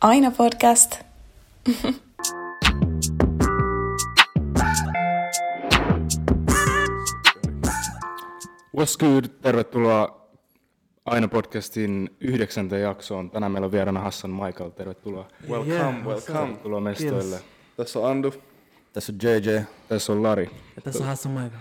Aina podcast. What's good? Tervetuloa Aina podcastin 9. jaksoon. Tänään meillä on vieraana Hassan Michael. Tervetuloa. Welcome. Tervetuloa mestoille. Tässä on Andu. Tässä on JJ. Tässä on Lari. Ja tässä on Hassan Michael.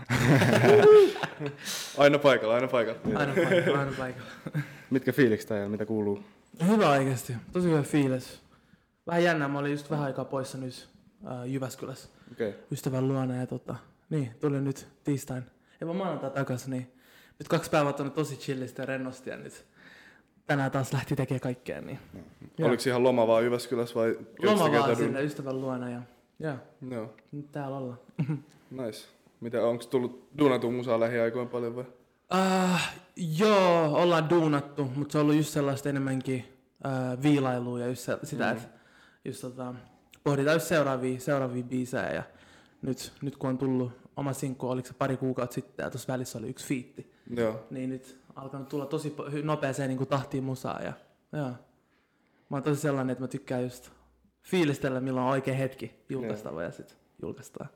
Aina paikalla. Aina paikalla. Mitkä fiilikset täällä? Mitä kuuluu? Hyvä oikeesti. Tosi hyvä fiilis. Vähän jännää. Mä olin just vähän aikaa poissa nyt Jyväskylässä. Okay. Ystävän luona ja tulin nyt tiistain. Ja mä maanantai takaisin, niin nyt 2 päivää on tosi chillistä ja rennosti ja nyt tänään taas lähti tekemään kaikkea. Niin. Oliko ihan loma vaan Jyväskylässä vai? Loma vaan sinne ystävän luona ja Joo. nyt täällä ollaan. Nice. Mitä, onko tullut duunattua musaa lähiaikoina paljon vai? Joo, ollaan duunattu, mutta se on ollut just sellaista enemmänkin viilailua ja just sitä, että just pohditaan just seuraavia biisejä ja nyt kun on tullut oma sinkku, oliko se pari kuukautta sitten ja tuossa välissä oli 1 fiitti, niin nyt alkanut tulla tosi nopeaseen niin kuin tahtiin musaa ja mä oon tosi sellainen, että mä tykkään just fiilistellä milloin on oikea hetki julkaistava ja sitten julkaistaan.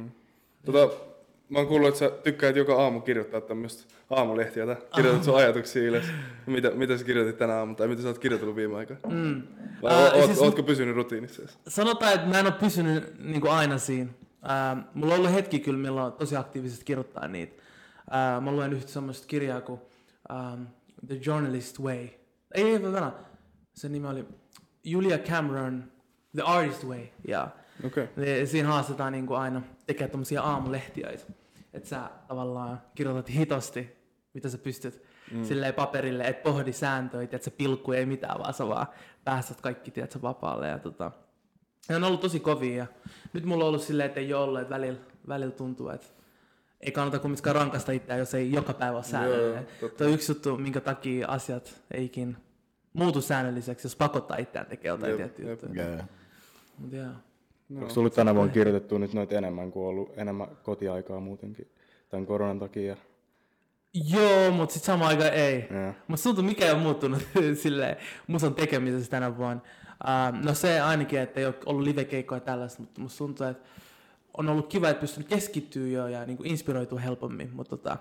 Mä oon kuullut, että sä tykkäät joka aamu kirjoittaa tämmöistä aamulehtiä. Kirjoitat sun ajatuksia ylös. Mitä sä kirjoitit tänä aamuna tai mitä sä oot kirjoitellut viime aikoina? Ootko pysynyt rutiinissa? Sanotaan, että mä en oo pysynyt niin kuin aina siinä. Mulla on ollut hetki kyllä, milloin tosi aktiivisesti kirjoittaa niitä. Mä luen yhtä semmoista kirjaa kuin The Journalist Way. Se nimi oli Julia Cameron, The Artist Way. Okay. Siinä haastetaan niin kuin aina tekemään tommosia aamulehtiä. Että sä tavallaan kirjoitat hitosti, mitä sä pystyt silleen paperille, et pohdi sääntöitä, että sä pilkku ei mitään, vaan sä vaan päästät kaikki tiedät, vapaalle. Ja on ollut tosi kovia ja nyt mulla on ollut silleen, että ei ole ollut, että välillä tuntuu, että ei kannata kumminkaan rankasta itseään, jos ei joka päivä ole säännöllinen. Tuo on yksi juttu, minkä takia asiat eikin muutu säännölliseksi, jos pakottaa itseään tekemään jotain tiettyä juttuja. Onko tullut tänä vuonna kirjoitettua nyt noita enemmän, kuin on ollut enemmän kotiaikaa muutenkin tämän koronan takia? Joo, mutta sitten samaan aikaan ei. Mutta tuntuu, mikä ei ole muuttunut silleen musan tekemisessä tänä vuonna. No se ainakin, että ei ole ollut livekeikkoja tällaista, mutta musta tuntuu, että on ollut kiva, että pystynyt keskittyä jo ja niin kuin inspiroitua helpommin. Mutta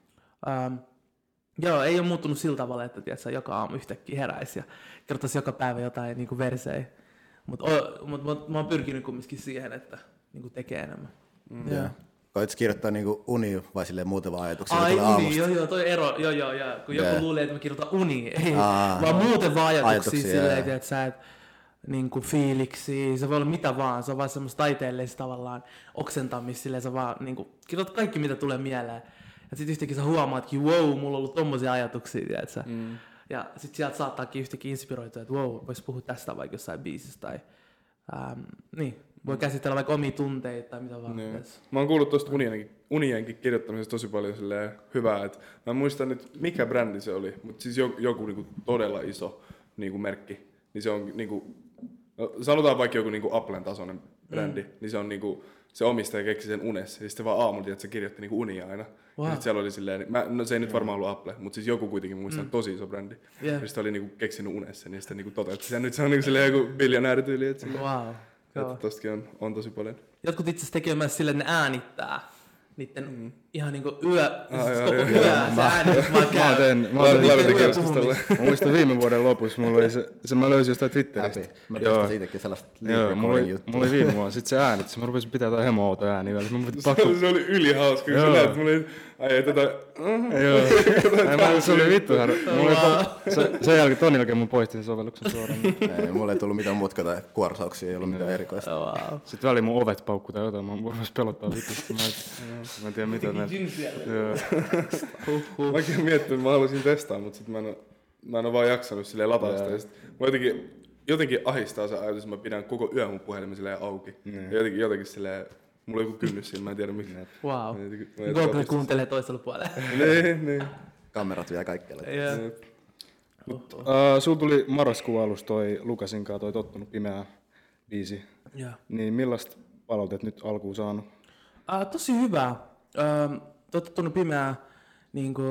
ei ole muuttunut sillä tavalla, että tiedätkö, joka aamu yhtäkkiä heräisi ja kerrottaisi joka päivä jotain niin kuin versejä. Mutta mä oon pyrkinyt kumminkin siihen, että niin tekee enemmän. Koitko kirjoittaa niinku uni vai silleen muuten vaan ajatuksia? Joo, toi ero, joo. Kun joku luulee, että mä kirjoitan uni, ei, vaan muuten vaan ajatuksia silleen, että sä et niinku fiiliksi, se voi olla mitä vaan, se on vaan semmoista taiteellista tavallaan oksentamista, silleen sä vaan niinku kirjoitat kaikki mitä tulee mieleen. Ja sit yhtäkkiä sä huomaatkin, wow, mulla on ollut tommosia ajatuksia, tiedätkö? Ja sit sieltä saattaakin yhtäkkiä inspiroitua, että wow, vois puhua tästä vaikka jossain biisissä tai voi käsitellä vaikka omia tunteita tai mitä vaan. Mä oon kuullut tuosta unienkin kirjoittamisesta tosi paljon hyvää. Että mä en muista nyt mikä brändi se oli, mutta siis joku niinku todella iso niinku merkki. Niin se on niinku, sanotaan vaikka joku niinku Applen tasoinen brändi, niin se on niinku, se omistaja keksi sen unessa. Ja sitten vaan aamulla, että se kirjoitti niinku unia aina. Wow. Ja sitten siellä oli silleen, se ei nyt varmaan ollut Apple, mutta siis joku kuitenkin muistan tosi iso brändi. Ja sitten oli niinku keksinyt unessa, niin sitten niinku toteutti sen. Nyt se on niinku silleen joku biljonäärityyli. Wow. Että tostakin on tosi paljon. Jotkut itse asiassa tekee myös silleen, että ne äänittää niitten ihan niinku koko yö se äänitys vaan käy. Mä muistan viime vuoden lopussa, mulla oli se mä löysin jostain Twitteristä. Mä tein siitäkin sellaista recording juttua. Mulla oli viime vuonna, sit se äänitys, mä rupesin pitää jotain hemo-outo ääniä. Se oli ylihauska, kun sä näet, mulla oli, se oli vittu. Sen jälkeen ton jälkeen mä poistin sen sovelluksen suoraan. Ei, mulla ei tullut mitään mutka tai kuorsauksia, ei ollut mitään erikoista. Sitten väliin mun ovet paukkuu tai jotain, mä voin pelottaa vittu. Mä en tiedä mitä näitä. Mäkin miettinyt, että mä haluaisin testaa, mutta sit mä en ole vaan jaksanut silleen lataa sitä. Mä jotenkin ahistaa se ajatus, että mä pidän koko yön mun puhelimen silleen auki. Ja jotenkin silleen, mulla on joku kynnys siinä, mä en tiedä miksi. Wow. Google kuuntelee toisella puolella. Niin. Kamerat vielä kaikkialla. Sulla tuli marraskuun alussa toi Lukasinkaan toi Tottunut pimeää biisi. Niin millaista palautet nyt alkuun saanut? Tosi hyvää. Tottunut pimeää, niin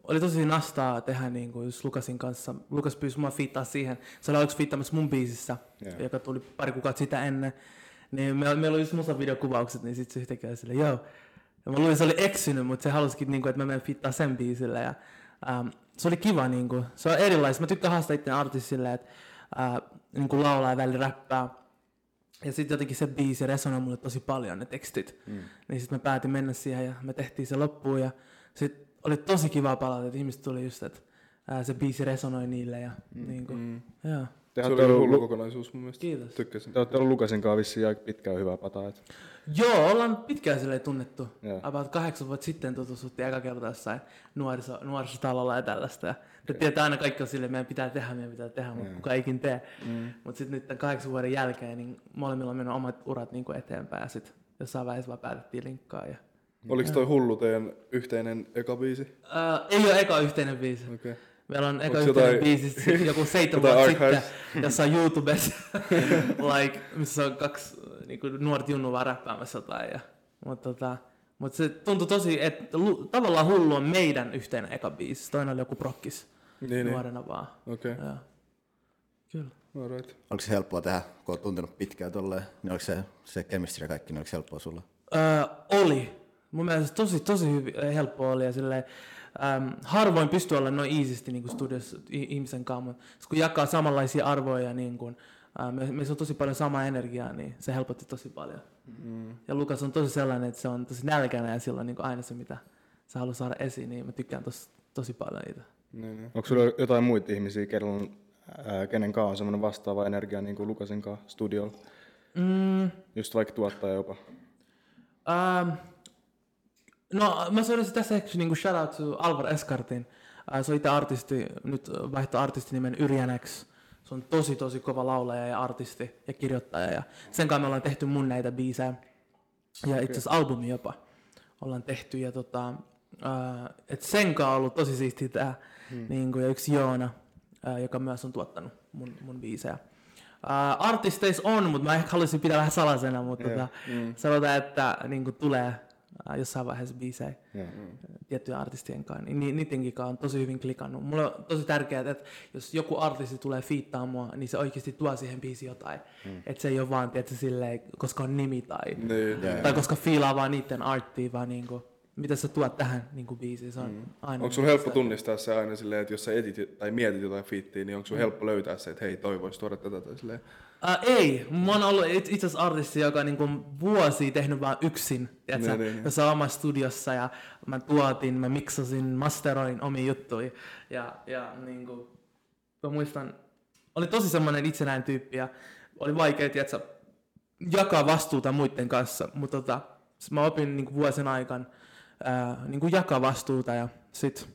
oli tosi nastaa tehdä niinku just Lukasin kanssa. Lukas pyysi mua fiittaa siihen. Se oli aluksi fiittaamassa mun biisissä, joka tuli pari kuukautta sitä ennen. Niin meillä oli just musavideokuvaukset, niin sit se yhtäkkiä silleen, joo. Ja mä luulin, se oli eksynyt, mutta se halusikin, niinku, että mä menen fiittaa sen biisille. Ja, se oli kiva, niinku. Se on erilaista. Mä tykkään haastaa itseään artistille, että niinku laulaa ja välillä räppää. Ja sitten jotenkin se biisi resonoi mulle tosi paljon, ne tekstit. Niin sitten mä päätin mennä siihen ja me tehtiin se loppuun. Ja sitten oli tosi kiva palata, että ihmiset tuli just, että se biisi resonoi niille. Ja, niinku, joo. Se oli hullu kokonaisuus mun mielestä. Kiitos. Tykkäsin. Te olette ollut Lukasin kanssa vissiin aika pitkään hyvää pataa. Et. Joo, ollaan pitkään silleen tunnettu. Joo. About 8 vuotta sitten tutustuttiin eka kertaa jossain nuorisotalolla ja tällaista. Ja tietää aina kaikki on silleen, meidän pitää tehdä, mutta kukaan ei ikin tee. Mutta sitten nyt tämän 8 vuoden jälkeen niin molemmilla on mennyt omat urat niin kuin eteenpäin. Ja sitten jossain vaiheessa vaan päätettiin linkkaa. Ja... Oliko toi Hullu teidän yhteinen eka biisi? Ei ole eka yhteinen biisi. Okay. Meillä on eka yhteinen biisi joku 7 vuotta sitten jossain YouTubessa, missä on 2 niinku, nuoret junnu vaan räppäämässä jotain. Mutta se tuntui tosi, että tavallaan Hullu on meidän yhteinen eka biisi. Toinen oli joku prokkis nuorena vaan. Okei. Okay. Kyllä. Alright. Oliko se helppoa tehdä, kun olet tuntenut pitkään tolleen, niin oliko se chemistry ja kaikki, niin oliko se helppoa sulla? Oli. Mun mielestä tosi helppoa oli ja silleen, harvoin pystyy olla noin easysti niin studiossa ihmisen kanssa, mutta kun jakaa samanlaisia arvoja, niin kun, meissä on tosi paljon samaa energiaa, niin se helpotti tosi paljon. Ja Lukas on tosi sellainen, että se on tosi nälkäinen ja sillä on niin aina se, mitä se haluaa saada esiin, niin mä tykkään tosi paljon niitä. Onko sulla jotain muita ihmisiä, kenen kanssa on semmoinen vastaava energia niin kuin Lukasin kanssa studiolla? Just vaikka tuottaja jopa. No mä sanoisin tässä ehkä niinku shout out to Alvar Eskartin. Se on itse artisti, nyt vaihtoi artistinimen Yrjänäks. Se on tosi kova laulaja ja artisti ja kirjoittaja. Ja sen kanssa me ollaan tehty mun näitä biisejä. Ja itse asiassa albumi jopa ollaan tehty. Ja et sen kanssa on ollut tosi siistiä tää. Niinku, ja yksi Joona, joka myös on tuottanut mun biisejä. Artisteissa on, mutta mä ehkä haluaisin pitää vähän salasena. Mutta sanotaan, että niinku tulee jossain vaiheessa biisejä tiettyjen artistien kanssa, niin niidenkin kanssa on tosi hyvin klikannut. Mulle on tosi tärkeää, että jos joku artisti tulee fiittaa mua, niin se oikeasti tuo siihen biisiin jotain. Että se ei ole vaan, tietysti, silleen, koska on nimi tai koska fiilaa vaan niiden arttia, vaan niinku, mitä sä tuot tähän niinku biisiin. Se on aina. Onko sun helppo tunnistaa se aina silleen, että jos sä etit tai mietit jotain fiittiä, niin onko sun helppo löytää se, että hei, toi vois tuoda tätä tai silleen? Ei. Mä oon ollut itse asiassa artisti, joka on niinku vuosia tehnyt vaan yksin. Jossain omassa studiossa ja mä tuotin, mä miksasin, masteroin omia juttuja. Ja niinku, mä muistan, oli tosi semmoinen itsenäinen tyyppi ja oli vaikea, tiiätsä, jakaa vastuuta muiden kanssa. Mutta mä opin niinku vuosien aikana niinku jakaa vastuuta ja sit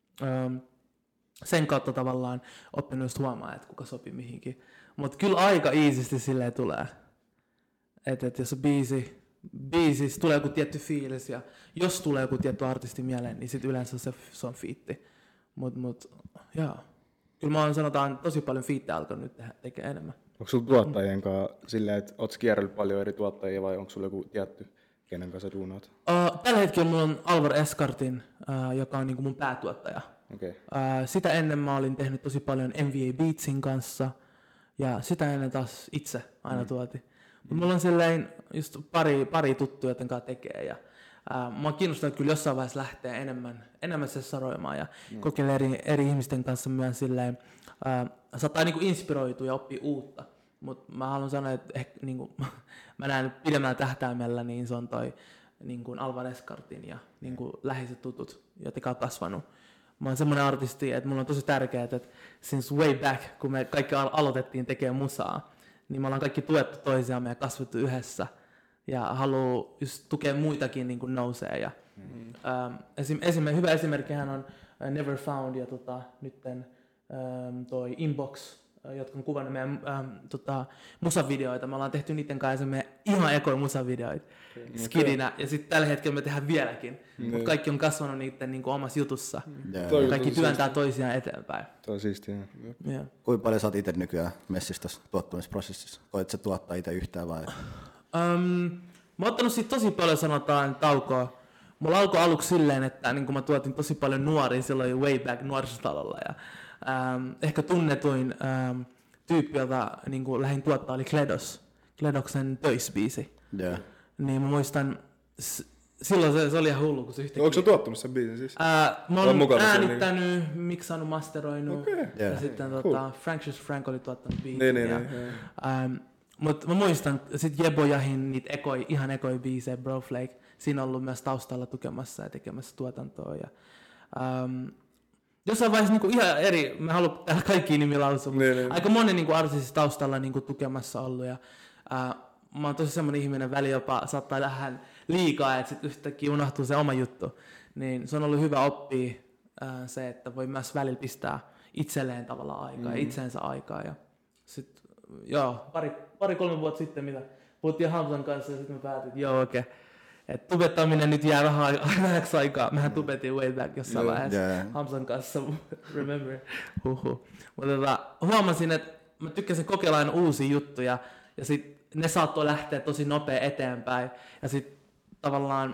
sen kautta tavallaan oppinut just huomaa, että kuka sopii mihinkin. Mutta kyllä aika easysti silleen tulee. Että jos biisissä tulee joku tietty fiilis ja jos tulee joku tietty artisti mieleen, niin sitten yleensä se on fiitti. Mut joo. Kyllä mä oon sanotaan tosi paljon fiittejä alkanut nyt tekemään enemmän. Onko sulla tuottajien kanssa silleen, että ootko kierrellyt paljon eri tuottajia vai onko sulla joku tietty, kenen kanssa duunaat? Tällä hetkellä mulla on Alvar Eskartin, joka on niinku mun päätuottaja. Okay. Sitä ennen mä olin tehnyt tosi paljon MVA Beatsin kanssa. Ja sitä ennen taas itse aina tuotiin. Mutta mulla on silleen just pari tuttuja, joten kanssa tekee. Ja, mä oon kiinnostunut kyllä jossain vaiheessa lähteä enemmän sessaroimaan ja kokeilla eri ihmisten kanssa myös silleen, saattaa niinku inspiroitua ja oppia uutta. Mutta mä haluan sanoa, että ehkä, niinku, mä näen pidemmällä tähtäimellä, niin se on toi niinku Alvar Eskartin ja niinku läheiset tutut, jotka on kasvanut. Mä oon semmoinen artisti, että mulla on tosi tärkeää, että since way back, kun me kaikki aloitettiin tekemään musaa, niin me ollaan kaikki tuettu toisiamme ja kasvettu yhdessä. Ja haluu just tukea muitakin niin kuin nousee. Ja, hyvä esimerkkihän on Never Found ja nytten toi Inbox, jotka on kuvannut meidän musavideoita. Me ollaan tehty niiden kanssa meidän ihan ekoja musavideoita skidinä. Ja sitten tällä hetkellä me tehdään vieläkin. Mutta kaikki on kasvanut niiden niin kuin omassa jutussa. Kaikki työntää toisiaan eteenpäin. Tuo on siistiä. Kuinka paljon sä oot itse nykyään messissä tässä tuottamisprosessissa? Koet sä tuottaa itse yhtään vai? Mä oon ottanut siitä tosi paljon sanotaan taukoa. mulla alkoi aluksi silleen, että niin mä tuotin tosi paljon nuoria silloin way back nuorisotalolla. Ja, ehkä tunnetuin tyyppi, jota niin lähdin tuottaa, oli Kledoksen Töisbiisi. Yeah. Niin mä muistan, silloin se oli ihan hullu, kun se yhtäkkiä... Onko sä tuottanut sen biisin siis? Mä oon äänittänyt, miksannut, masteroinut. Okay. Ja sitten Frank oli tuottanut biisin. Niin. Mutta mä muistan, sit Jebo Jahin niitä ihan ekoi biisejä, Bro Flake. Siinä on ollut myös taustalla tukemassa ja tekemässä tuotantoa. Ja, jossain vaiheessa niinku ihan eri, mä haluan täällä kaikkia nimi lausua, mutta aika moni niinku artisti taustalla niinku tukemassa ollut. Ja, mä oon tosi semmonen ihminen, väli jopa saattaa vähän liikaa, että sit yhtäkkiä unohtuu se oma juttu. Niin se on ollut hyvä oppia se, että voi myös välillä pistää itselleen tavallaan aikaa ja itseensä aikaa. Ja sit, joo, pari-kolme vuotta sitten, mitä puhuttiin Hamsan kanssa ja sitten me päätin, että joo okei. Että tubettaminen nyt jää vähäksi aikaa. Mehän tubetin way back jossain vaiheessa Hamsan kanssa, remember. Mutta huomasin, että mä tykkäsin kokeilla aina uusia juttuja ja sit ne saattoi lähteä tosi nopea eteenpäin. Ja sit tavallaan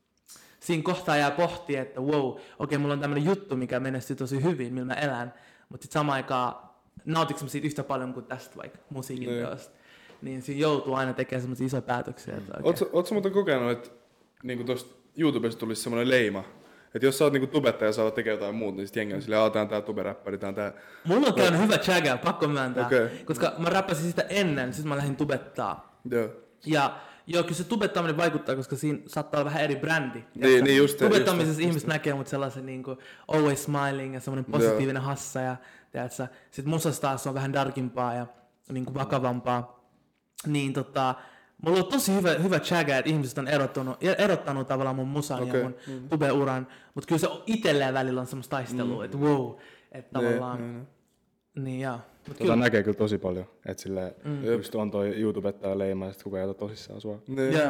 siinä kohtaa jää pohtia, että wow, okei, mulla on tämmönen juttu, mikä menestyy tosi hyvin, millä mä elän. Mutta sit samaan aikaan nautiks mä siitä yhtä paljon kuin tästä vaikka musiikin teosta. Niin siinä joutuu aina tekemään semmoisia isoja päätöksiä. Ootko muuten kokenut, että niinku tosta YouTubesta tulisi semmoinen leima? Että jos sä oot niinku tubettaja ja sä oot tekee jotain muuta, niin sit jengi on silleen, tää on tää tube-räppäri, tää on tää... Mulla on käynyt hyvä chagga, pakko myöntää. Koska mä räppäsin sitä ennen, sit mä lähdin tubettaa. Ja joo, kyllä se tubettaminen vaikuttaa, koska siinä saattaa olla vähän eri brändi. Niin just tubettamisessa ihmiset näkee mut sellaisen niinku always smiling ja semmoinen positiivinen hassa. Ja sit musassa taas on vähän darkimpaa ja niinku vakavampaa. Niin mulla on tosi hyvä chagga, että ihmiset on erottanut tavallaan mun musan ja mun tube-uran, mutta kyllä se itselleen välillä on semmoista taistelua, että wow, että tavallaan, niin joo. Näkee kyllä tosi paljon, että silleen just on toi YouTubettaja leima ja sit kukaan ei ota tosissaan sua.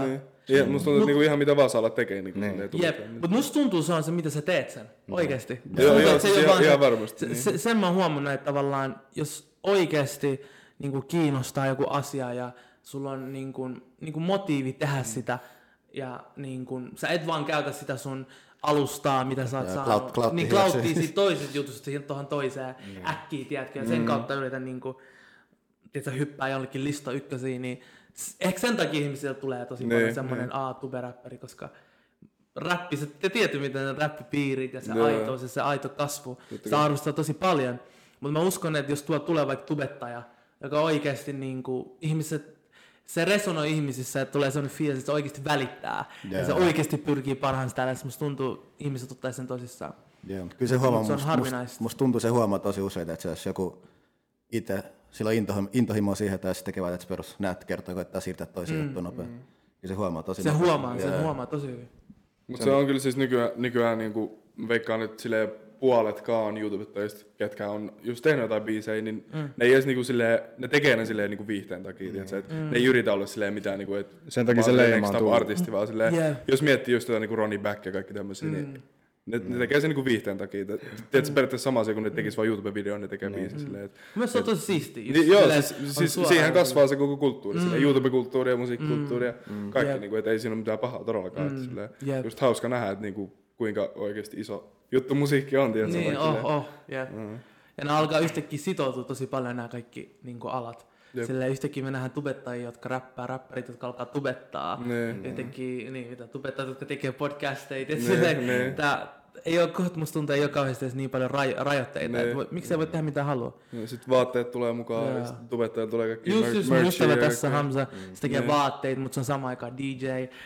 Niin. Musta tuntuu, että ihan mitä vaan saa olla tekee. Mutta musta tuntuu se on se, mitä sä teet sen, oikeesti. Joo, ihan varmasti. Sen mä oon huomannut, että tavallaan, jos oikeesti niinku kiinnostaa joku asia ja sulla on niinku motiivi tehdä sitä ja niinku, sä et vaan käytä sitä sun alustaa, mitä sä oot saanut, niin klauttii siitä toisesta jutusta siihen tuohon toiseen äkkiä, tiedätkö, ja sen kautta yritän niinku, tiedätkö, hyppää jollekin lista ykkösiin, niin ehkä sen takia ihmisiltä tulee tosi paljon semmoinen tube-räppäri, koska räppi, te tiedätte miten ne räppipiirit ja se aitous ja se aito kasvu, sitä arvostaa tosi paljon, mutta mä uskon, että jos tuolla tulee vaikka tubettaja, joka oikeasti niinku, ihmiset, se resonoi ihmisissä, että tulee sellainen fiilis, että se oikeasti välittää. Ja se oikeasti pyrkii parhaansa täällä. Musta tuntuu, ihmiset ottaa sen tosissaan. Joo, kyllä se huomaa. Musta tuntuu, se huomaa tosi usein, että jos joku itse, sillä on intohimoa siihen, että jos tekee vaan, että perus näet kertoo, koettaa siirtää toisen juttuun nopeasti. Ja se huomaa tosi se huomaa tosi hyvin. Mutta se on kyllä siis nykyään niinku, veikkaan nyt silleen, puoletkaan YouTubettajista, ketkä on just tehnyt jotain biisejä, niin ne ei edes niinku silleen, ne tekee ne silleen niinku viihteen takia, tiiätkö, ne ei yritä olla silleen mitään niinku, että sen takia se leimaantuu artisti, vaan silleen, jos miettii just jotain niinku Ronnie Back ja kaikki tämmöisiä, niin ne tekee sen niinku viihteen takia. Tiedätkö periaatteessa sama asia, kun ne tekis vaan YouTube-videon, ne tekee biisin silleen. Myös se on tosi siistiä. Joo, siis siihen kasvaa se koko kulttuuri, YouTube-kulttuuri ja musiikkikulttuuri ja kaikki, niinku, että ei siinä ole mitään pahaa todellakaan. Just hauska nähdä, että niinku, kuinka oikeasti iso juttu musiikki on, tiedätkö? Niin, ja ne alkaa yhtäkkiä sitoutua tosi paljon nämä kaikki niin alat. Silleen yhtäkkiä me nähdään tubettajia, jotka räppärit, jotka alkaa tubettaa. Yhtäkkiä tubettajat, jotka tekee podcasteita. Ei ole kohta, musta tuntuu, ei ole kauheasti niin paljon rajoitteita. Miksi ei voi tehdä mitä haluaa? Sitten vaatteet tulee mukaan ja sitten tubettajat tulee kaikki merchia. Mun ystävä tässä Hamza, se tekee vaatteita, mutta se on samaan aikaan DJ.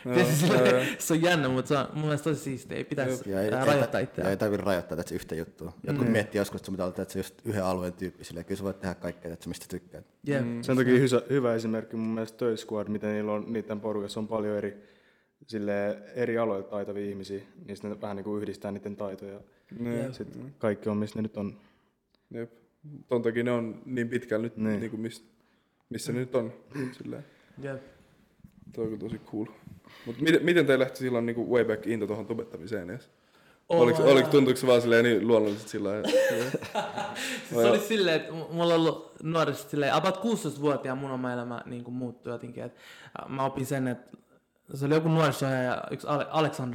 Se on jännä, mutta se on mun mielestä tosi siistiä. Ei pitäisi rajoittaa itseään. Ei tarvitse rajoittaa tätä yhtä juttua. Jotkut miettii joskus, että mitä olet just yhden alueen tyyppi. Kyllä sä voit tehdä kaikkea, mistä tykkäät. Sen takia hyvä esimerkki mun mielestä Töisquad, miten niillä on, niiden porukassa on paljon eri aloilla taitavia ihmisiä, niin sitten ne vähän niin kuin yhdistää niiden taitoja. Sitten kaikki on, missä ne nyt on. Jep. Ton takia ne on niin pitkällä nyt, niin kuin missä ne nyt on. Toi on tosi cool. Mut miten teillä lähti silloin niin kuin way back into tuohon tubettamiseen edes? Tuntuiko se vaan silleen niin luonnollisesti sillä Se oli silleen, että mulla on ollut nuorista silleen, about 16-vuotiaan mun oma elämä niin kuin muuttui jotenkin. Mä opin sen, että se oli joku nuorisohjaaja, yksi Aleksandra,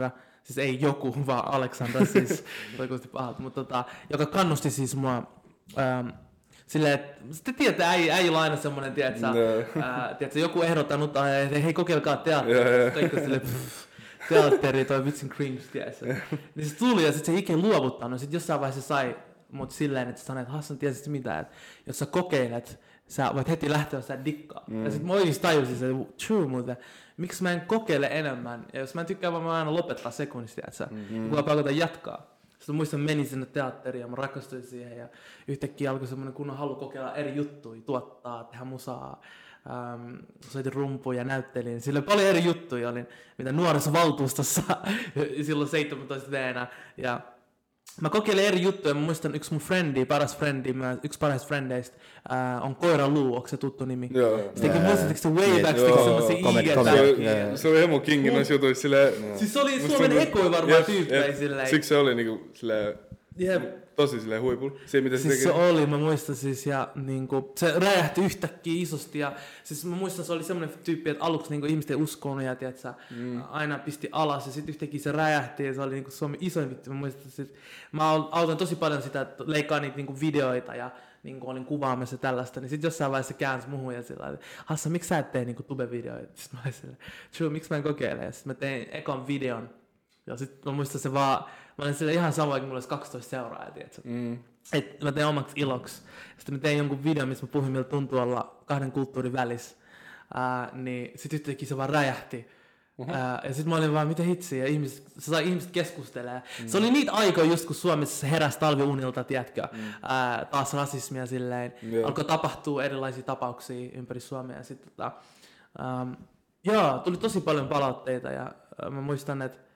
siis ei joku, vaan Aleksandra siis, pahalta, mutta joka kannusti siis mua silleen, että te tiedätte, äijillä on aina semmoinen, tiedätkö, joku ehdottanut, että hei kokeilkaa teatteria, kaikki silleen, teatteri, toi vitsin cringe, tiedätkö. Niin se tuli ja sitten se ikinä luovuttanut, sitten jossain vaiheessa sai mut silleen, että sanoi, että Hassan, tiedätkö mitä, että jos sä kokeilet, sä voit heti lähteä, jos sä dikkaa. Ja sitten mä oikeasti tajusin, että true muuten, miksi mä en kokeile enemmän, ja jos mä en tykkää, vaan mä aina lopettaa sekunnista, tiedätkö, kun mä pakotan jatkaa. Sitten muistan, menin sinne teatteriin ja mä rakastuin siihen ja yhtäkkiä alkoi semmoinen kunnon halu kokeilla eri juttuja, tuottaa, tehdä musaa, soitin rumpuja ja näyttelin. Sillä oli paljon eri juttuja, olin mitä nuorisovaltuustossa silloin 17-vuotiaana. Ja mä kokeilin eri juttuja, mä muistan yksi mun yksi parhaista frendeistä on Koira Luu, onko se tuttu nimi? Joo. Sitten muistatteko se way back, teki semmosia IG-päiviä. Se oli Emo Kingin noissa jutuissa silleen... Siis se oli Suomen ekoi varmaan tyyppejä silleen. Siksi se oli niinku silleen... Tosi silleen huipulla. Se mitä siis se oli, mä muistan siis, ja niinku, se räjähti yhtäkkiä isosti, ja siis mä muistan, se oli semmoinen tyyppi, että aluksi niinku ihmiset ei uskonut, ja tiiätsä, aina pisti alas, ja sitten yhtäkkiä se räjähti, ja se oli niinku Suomen isoin vittu. Mä muistan, että mä autan tosi paljon sitä, että leikkaa niitä niinku videoita, ja niinku olin kuvaamassa tällaista, niin sitten jossain vaiheessa käänsi muhun, ja sillä lailla, Hassa, miksi sä et tee niinku tube-videoita? Sitten mä olin silleen, true, miksi mä en kokeile? Ja sitten mä tein ekan videon, ja sitten mä muistan se vaan, mä olin sille ihan sama, kun mulla olisi 12 seuraajaa, tiiätkö? Et mä tein omaksi iloksi. Sitten mä tein jonkun videon, missä mä puhuin, miltä tuntuu olla kahden kulttuurin välissä. Niin sit yhtäkkiä se vaan räjähti. Ja sit mä olin vaan, mitä hitsiä, ja se sai ihmiset keskustelemaan. Se oli niitä aikoja just, kun Suomessa heräsi talviunilta, tiedätkö, taas rasismia silleen. Alkoi tapahtua erilaisia tapauksia ympäri Suomea. Ja sit, tuli tosi paljon palautteita, ja mä muistan, että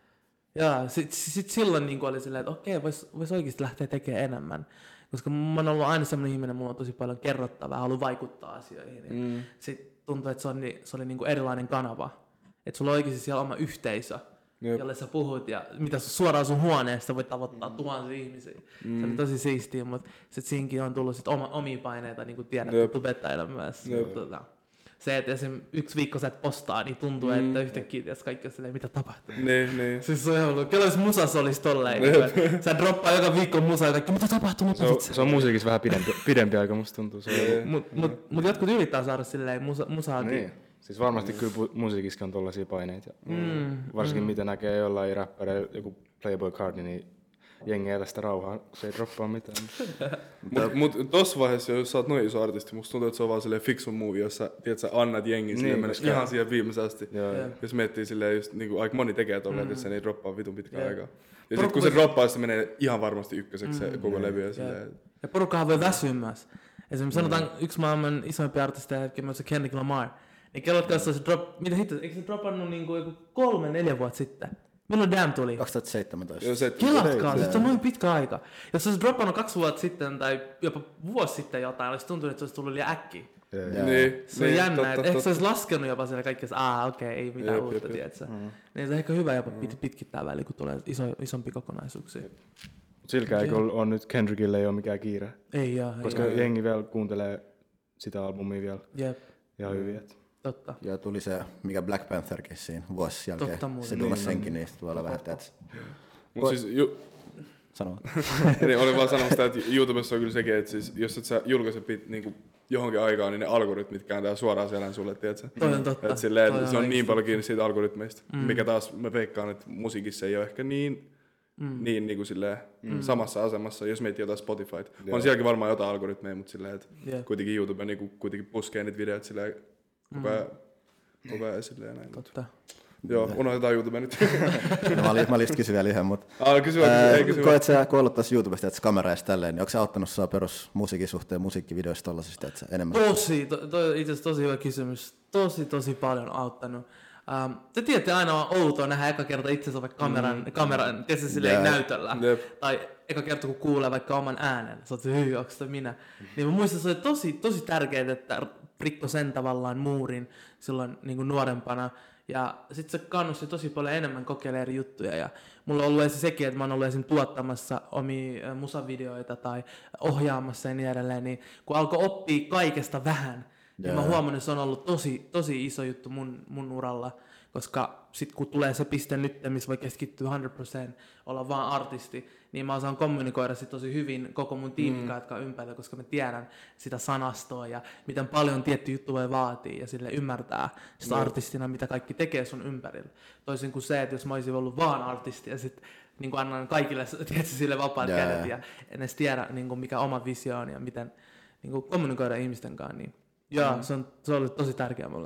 sit silloin niin oli silleen, että okei, vois oikeasti lähteä tekemään enemmän. Koska mä oon ollut aina sellainen ihminen, mulla on tosi paljon kerrottavaa, haluan vaikuttaa asioihin. Sitten tuntui, että se oli niin kuin erilainen kanava. Että sulla on oikeasti siellä oma yhteisö, jolle sä puhut, ja mitä suoraan sun huoneesta voit tavoittaa tuhansia ihmisiä. Se oli tosi siistiä, mutta sitten siinkin on tullut sit omia paineita, niin kuin tiedät, tubettajilla myös. Se, että esim. 1 viikko sä et postaa, niin tuntuu, että yhtäkkiä kaikki on silleen, mitä tapahtuu. Niin. Siis se on ollut, kellois musassa olisi tolleen. Sä droppaa joka viikko musaa ja kaikki, mitä tapahtuu? Se on musiikissa vähän pidempi aika, musta tuntuu. Mut jotkut yrittää saada silleen musaakin. Niin. Siis varmasti kyllä musiikissa on tollaisia paineita. Varsinkin mitä näkee jollain räppäreillä, joku Playboy Cardi, niin jengi elää sitä rauhaa, se ei droppaa mitään. Mut tossa vaiheessa, jos sä oot noin iso artisti, musta tuntuu, että se on vaan silleen fiksun movie, jos sä, tiedät, sä annat jengin silleen mennä ihan siihen viimeiseen asti. Jos miettii silleen, just niinku aika moni tekee tolleen, että se ei droppaa vitun pitkään aikaa. Ja sit kun se droppaa, se menee ihan varmasti ykköseksi se koko levy. Ja porukkahan voi väsyä myös. Esimerkiksi sanotaan yksi maailman isoimpia artisteja, myös se Kendrick Lamar. Niin kellot kanssa se mitä hitto, eikö se dropannut niinku joku 3-4 vuotta sitten? Milloin Damn tuli? 2017. Kelatkaa, se on noin pitkä aika. Jos se olisi droppannut 2 vuotta sitten tai jopa vuosi sitten jotain, olisi tuntunut, että se olisi tullut liian äkkiä. Se on jännä, että ehkä se olisi laskenut jopa siellä kaikki, että ei mitään uutta, tiedätkö? Niin se on ehkä hyvä jopa pitkittää väliin, kun tulee isompi kokonaisuuksia. Silläkään eikö on nyt Kendrickille ei ole mikään kiire. Ei koska jengi vielä kuuntelee sitä albumia vielä ihan hyvin. Totta. Ja tuli se, mikä Black Pantherkin siinä vuosi jälkeen. Se tuomassa senkin, niin voi olla vähän, että... Mut siis... Sano. Niin, olin vaan sanomassa, että YouTubessa on kyllä sekin, että siis, jos et sä julkaise niinku johonkin aikaan, niin ne algoritmit kääntää suoraan selän sulle, tiedätkö? Toi on totta. Silleen, se on niin paljon kiinni siitä algoritmeista, mikä taas mä veikkaan, että musiikissa ei ole ehkä niin kuin silleen samassa asemassa, jos miettii jotain Spotifyt. On sielläkin varmaan jotain algoritmeja, mutta silleen, että kuitenkin YouTube niinku kuitenkin puskee niitä videoita silleen koko ajan esille ja näin. Totta. Joo, unohdetaan YouTube nyt. Mä olin kysyä vielä yhden, mutta koet sä, kun ollut tässä YouTubesta, että kamera ja tälleen, niin onko se auttanut sua perusmusiikin suhteen, musiikkivideoissa tollasista, että enemmän? Itse asiassa tosi hyvä kysymys. Tosi paljon auttanut. Te tiedätte, aina on outoa nähdä eka kerta itsensä vaikka kameran tietysti silleen näytöllä. Tai eka kerta, kun kuulee vaikka oman äänen. Sä oot se, onko se minä? Niin mä muistan, että se oli tosi tärkeää, että rikko sen tavallaan muurin silloin niin kuin nuorempana. Ja sit se kannusti tosi paljon enemmän kokeilemaan eri juttuja. Ja mulla on ollut sekin, että mä oon ollut esim. Tuottamassa omia musavideoita tai ohjaamassa ja niin edelleen. Niin kun alkoi oppia kaikesta vähän, Ja mä huomannut, että se on ollut tosi iso juttu mun uralla, koska sit kun tulee se piste nyt, missä voi keskittyä 100%, olla vaan artisti, niin mä osaan kommunikoida sit tosi hyvin koko mun tiimin jotka on ympärillä, koska mä tiedän sitä sanastoa ja miten paljon tietty juttu voi vaatia ja sille ymmärtää sitä artistina, mitä kaikki tekee sun ympärillä. Toisin kuin se, että jos mä olisin ollut vaan artisti ja sit niin annan kaikille sille vapaat kädet ja en edes tiedä niin mikä oma visio on ja miten niin kommunikoida ihmisten kanssa, niin se on ollut tosi tärkeää mulle.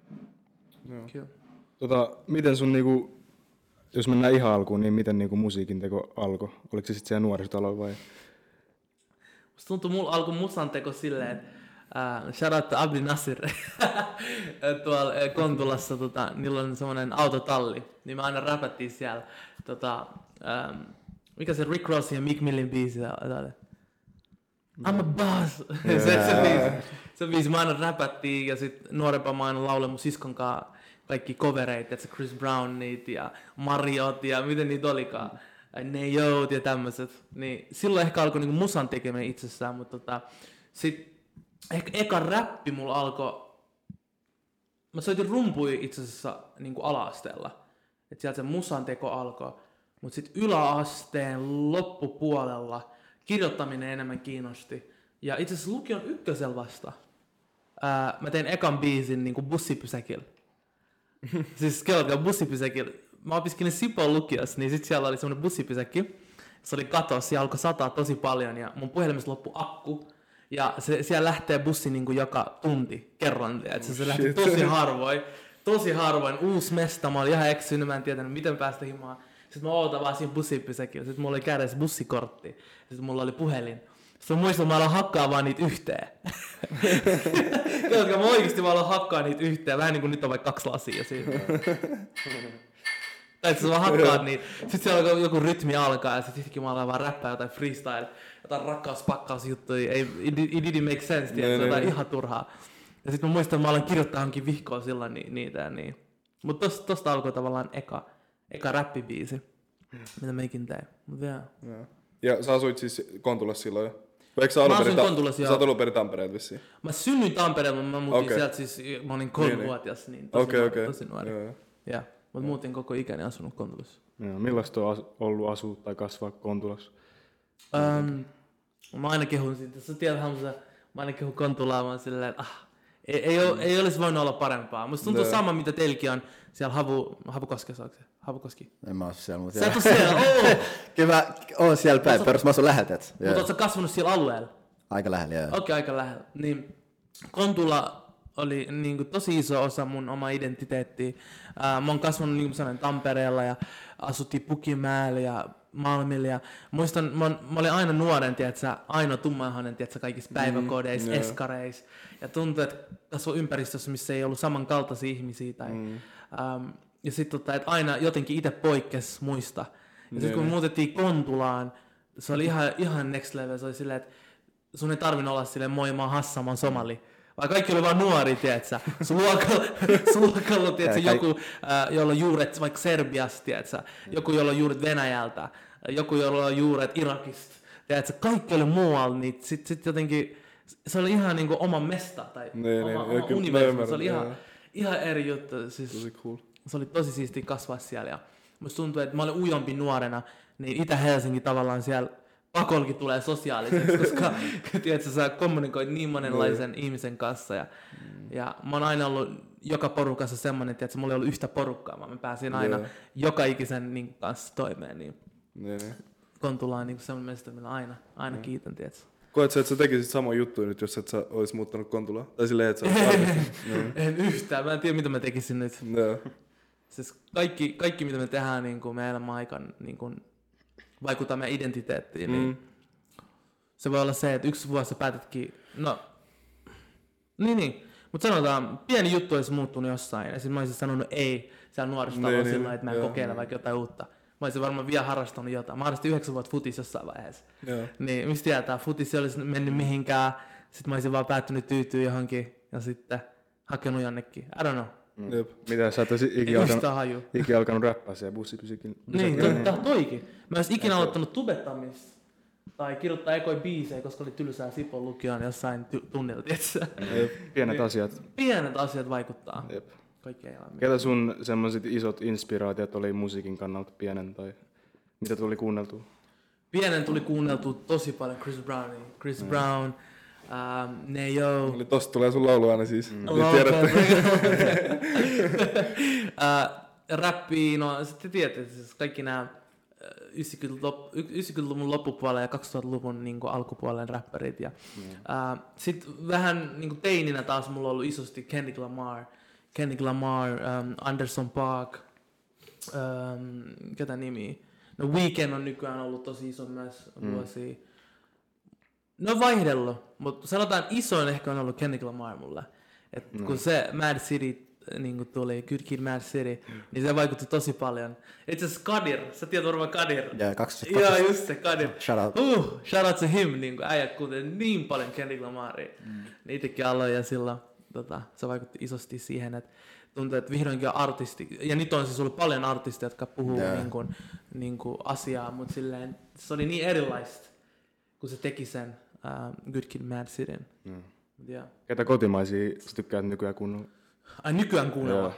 Miten sun niinku, jos mennään ihan alkuun, niin miten niinku musiikin teko alkoi? Oliko se sitten siellä nuorisotalo vai? Musta tuntuu, mulla alkoi musan teko silleen, shout out to Abdi Nasir, tuolla Kontulassa, niillä on semmoinen autotalli, niin me aina räpättiin siellä, mikä se Rick Ross ja Meek Millin biisi, I'm a boss, se biisi me aina räpättiin ja sit nuorempaa mä aina laulan mun siskon kanssa kaikki covereita, että Chris Brownit ja Mariot ja miten niitä olikaan, Neyout ja tämmöiset, niin silloin ehkä alkoi niinku musan tekeminen itsessään, mutta sit eka räppi mulla alkoi, mä soitin rumpuja itse asiassa niinku ala-asteella, että sieltä se musan teko alkoi, mutta sit yläasteen loppupuolella kirjoittaminen enemmän kiinnosti, ja itse asiassa lukion ykkösellä vasta mä tein ekan biisin niinku bussipysäkillä. Siis kelkaa bussipysäkillä. Mä opiskelin Sipoon lukiossa, niin sit siellä oli semmonen bussipysäkki. Se oli katos ja alkoi sataa tosi paljon ja mun puhelimessa loppui akku. Ja siellä lähtee bussi niinku joka tunti kerran. Se lähti tosi harvoin. Uusi mesta, mä olin ihan eksynyt, mä en tietänyt miten päästä himaan. Sitten mä ootan vaan siinä bussipysäkillä. Sitten mulla oli kädessä bussikortti. Sitten mulla oli puhelin. Sitten mä muistan, että mä aloin hakkaa vaan niitä yhteen. Koska mä oikeesti mä aloin hakkaa niitä yhteen. Vähän niin kuin nyt on vaikka 2 lasia siinä. Tai että sä vaan hakkaat niitä. Sitten siellä on joku rytmi alkaa ja sitten yhtäkkiä mä aloin vaan räppää jotain freestyle. Jotain rakkauspakkausjuttuja. It didn't make sense, tiedätkö? Jotain ihan turhaa. Ja sitten mä muistan, että mä aloin kirjoittaa johonkin vihkoon silloin niitä ja niin. Mutta tosta alkoi tavallaan eka räppibiisi, mitä meikin tein. Mut vielä. Ja sä asuit siis Kontulassa silloin jo? Mä asuin Kontulassa, joo. Sä oot ollut perin Tampereelta vissiin? Mä synnyin Tampereella, mutta mä muutin sieltä siis, mä olin 3-vuotias, niin tosi nuori. Ja, mutta muutin koko ikäni asunut Kontulassa. Millaista on ollut asua tai kasvaa Kontulassa? Mä aina kehun siitä, sä tiedät Hamza, mä aina kehun Kontulaa, mä oon silleen, että ei olisi voinut olla parempaa. Musta tuntuu sama, mitä teilläkin on siellä Havukoskessa, onko se? Havukoski? En mä asu siellä, mutta... Sä et oo siellä, Kyllä mä oon siellä päin, mä asun läheltä. Mutta oot sä kasvanut siellä alueella? Aika lähellä, joo. Okei, aika lähellä. Niin, Kontula oli niin kuin tosi iso osa mun omaa identiteettiä. Mä oon kasvanut niin kuin sanoin Tampereella ja asuttiin Pukimäellä ja Malmilla. Ja muistan, mä olin aina nuoren, tiedätkö, aina tummanhainen, tiedätkö, kaikissa päiväkodeissa, eskareissa. Ja tuntui, että kasvoi ympäristössä, missä ei ollut samankaltaisia ihmisiä. Ja sitten, että aina jotenkin itse poikkesi muista. Ja sitten kun me muutettiin Kontulaan, se oli ihan next level. Se oli silleen, että sun ei tarvinnut olla silleen, moi, mä oon Hassan, mä oon somali. Vaan kaikki oli vaan nuori, tiedätkö? Sun luokalla, tiedätkö, joku, jolla on juuret vaikka Serbiasta, tiedätkö? Joku, jolla on juuret Venäjältä. Joku, jolla on juuret Irakista. Tiedätkö? Kaikki oli muualla, niin sit jotenkin se oli ihan niinku oma mesta tai oma universumi. Se oli ihan eri juttu. Siis, tosi cool. Se oli tosi siistiä kasvaa siellä. Ja musta tuntui, että mä olin ujompi nuorena, niin Itä-Helsinki tavallaan siellä pakolkin tulee sosiaaliseksi, koska tiedätkö, sä kommunikoit niin monenlaisen ihmisen kanssa. Ja mä oon aina ollut joka porukassa semmoinen, että mulla ei ollut yhtä porukkaa, vaan mä pääsin aina joka ikisen niin kanssa toimeen. Niin Kontula on niin semmoinen mesta, millä aina kiitän, tiedätkö. Koet sä, että sä tekisit samoin juttuja nyt, jos et sä olis muuttanut Kontulaan? Tai silleen, että sä En yhtään. Mä en tiedä, mitä mä tekisin nyt. Siis kaikki mitä me tehdään niin kuin meidän elämän aikana, niin kuin vaikuttaa meidän identiteettiin. Niin se voi olla se, että yksi vuosi sä päätätkin... Mutta sanotaan, pieni juttu olisi muuttunut jossain. Ja sitten mä olisin sanonut ei siellä nuorisotalolla sillä, että mä en kokeile vaikka jotain uutta. Mä olisin varmaan vielä harrastanut jotain. Mä harrastin 9 vuotta futis jossain vaiheessa. Niin mistä tietää, futis ei olisi mennyt mihinkään. Sitten mä olisin vaan päättynyt tyytyä johonkin ja sitten hakenut jonnekin. I don't know. Mitä sä et olisi ikinä alkanut räppää siellä bussipysäkillä? Niin, toikin. Mä en olisi ikinä aloittanut tubettamista. Tai kirjoittaa ekoi biisejä, koska oli tylsää Sipon lukion jossain tunnilla, tietsä. Pienet asiat vaikuttaa. Jep. Kaikkea elämään. Ketä sun semmoiset isot inspiraatiot oli musiikin kannalta pienen tai mitä tuli kuunneltua? Pienen tuli kuunneltua tosi paljon Chris Brownia. Chris Brown, Neo. Eli tosta tulee sun laulu aina siis. Niin Räppiä, no sitten tiedätte, siis kaikki nämä 90-luvun loppupuolella ja 2000-luvun niin kuin alkupuolen räppärit. Sitten vähän niin kuin teininä taas mulla on ollut isosti Kendrick Lamar, Anderson .Paak, ketä nimiä? No Weeknd on nykyään ollut tosi iso myös vuosia. No vaihdellut, mutta sanotaan isoin ehkä on ollut Kendrick Lamar mulle. Kun se Mad City niin tuli, Good Kid, Mad City, niin se vaikutti tosi paljon. Itse asiassa Kadir, sä tiedät varmaan Kadir. Joo, just se Kadir. Shout out to him, niin äijä kuunteli niin paljon Kendrick Lamaria. Niin itsekin aloin ja silloin se vaikutti isosti siihen, että tuntuu, että vihdoinkin on artisti. Ja nyt on siis ollut paljon artisteja, jotka puhuu niin kuin asiaa, mutta silleen, se oli niin erilaista, kun se teki sen Good Kid, Mad Cityn. Ketä kotimaisia sä tykkäät nykyään kuunnella? Ai nykyään kuunnella?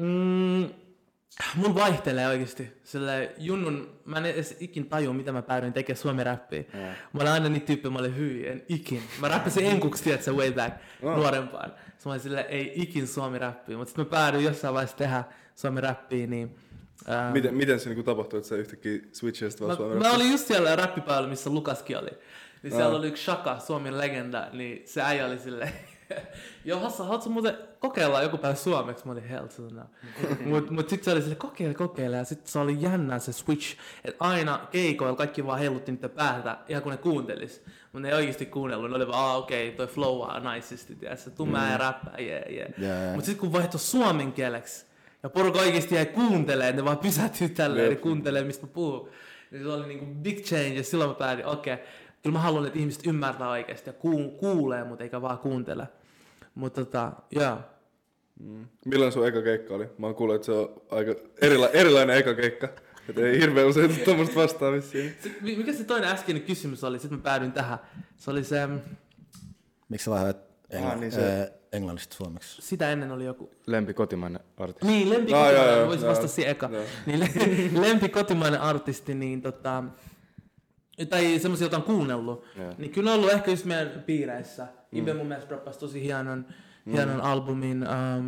Mun vaihtelee oikeesti. Silleen junnun, mä en edes ikin tajua, mitä mä päädyin tekemään suomi-räppiä. Mä olen aina niitä tyyppejä, mä olin en ikin. Mä räppäsin enkuksi, tiedätkö, way back, nuorempaan. Mä olin silleen, ei ikin suomi-räppiä. Mutta sitten mä päädyin jossain vaiheessa tehdä suomi-räppiä, niin... Miten se niinku tapahtui, että sä yhtäkkiä switchasit vaan suomi-räppiä? Mä olin just siellä räppipäivällä, missä Lukaskin oli. Niin siellä oli yksi Shaka, Suomen legenda, niin se äijä oli silleen... Joo, Hassa, haluatko muuten kokeilla joku päivä suomeksi? Mä olin hell to no. Mut sit se oli silleen, kokeile. Ja sit se oli jännä se switch, että aina keikoilla kaikki vaan heilutti niitä päätä, ihan kun ne kuuntelis. Mut ne ei oikeesti kuunnellut, ne oli vaan, okei, toi flowaa naisisti, tiedätkö? Tuu mä ja räppää, yeah. Mut sit kun vaihtoi suomen kieleksi, ja porukka oikeesti jäi kuuntelemaan, ne vaan pysähtyy tälleen, ja kuuntelee mistä mä puhun. Niin se oli niinku big change, ja silloin mä päätin, okei. Kyllä mä haluan, että ihmiset ymmärtää oikeasti ja kuulee, mutta eikä vaan kuuntele. Mutta joo. Millainen sun eka keikka oli? Mä oon kuullut, että se on aika erilainen eka keikka. Että ei hirveän usein tuommoista vastaa vissiin. Mikä se toinen äskeinen kysymys oli? Sitten mä päädyin tähän. Se oli se... Miksi sä vaihdoit englannista suomeksi? Sitä ennen oli joku... Lempikotimainen artisti. Niin, lempikotimainen. Voisin vastata siihen eka. Niin, lempikotimainen artisti, niin tai semmosia, joita on kuunnellut, niin kyllä on ollut ehkä just meidän piireissä. Ibe mun mielestä droppasi tosi hienon albumin.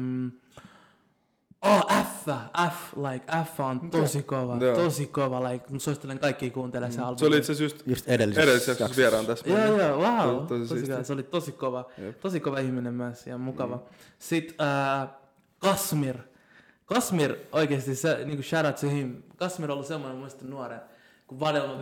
F on tosi kova, like, suosittelen kaikkia kuuntelemaan se albumi. Se oli itse asiassa just edellisessä vieraan tässä. Joo, wow, se oli tosi kova ihminen myös ja mukava. Sitten Kasmir oikeesti, se, niinku shout out to him. Kasmir on ollut semmoinen mun mielestä nuoren. Kun Vadelma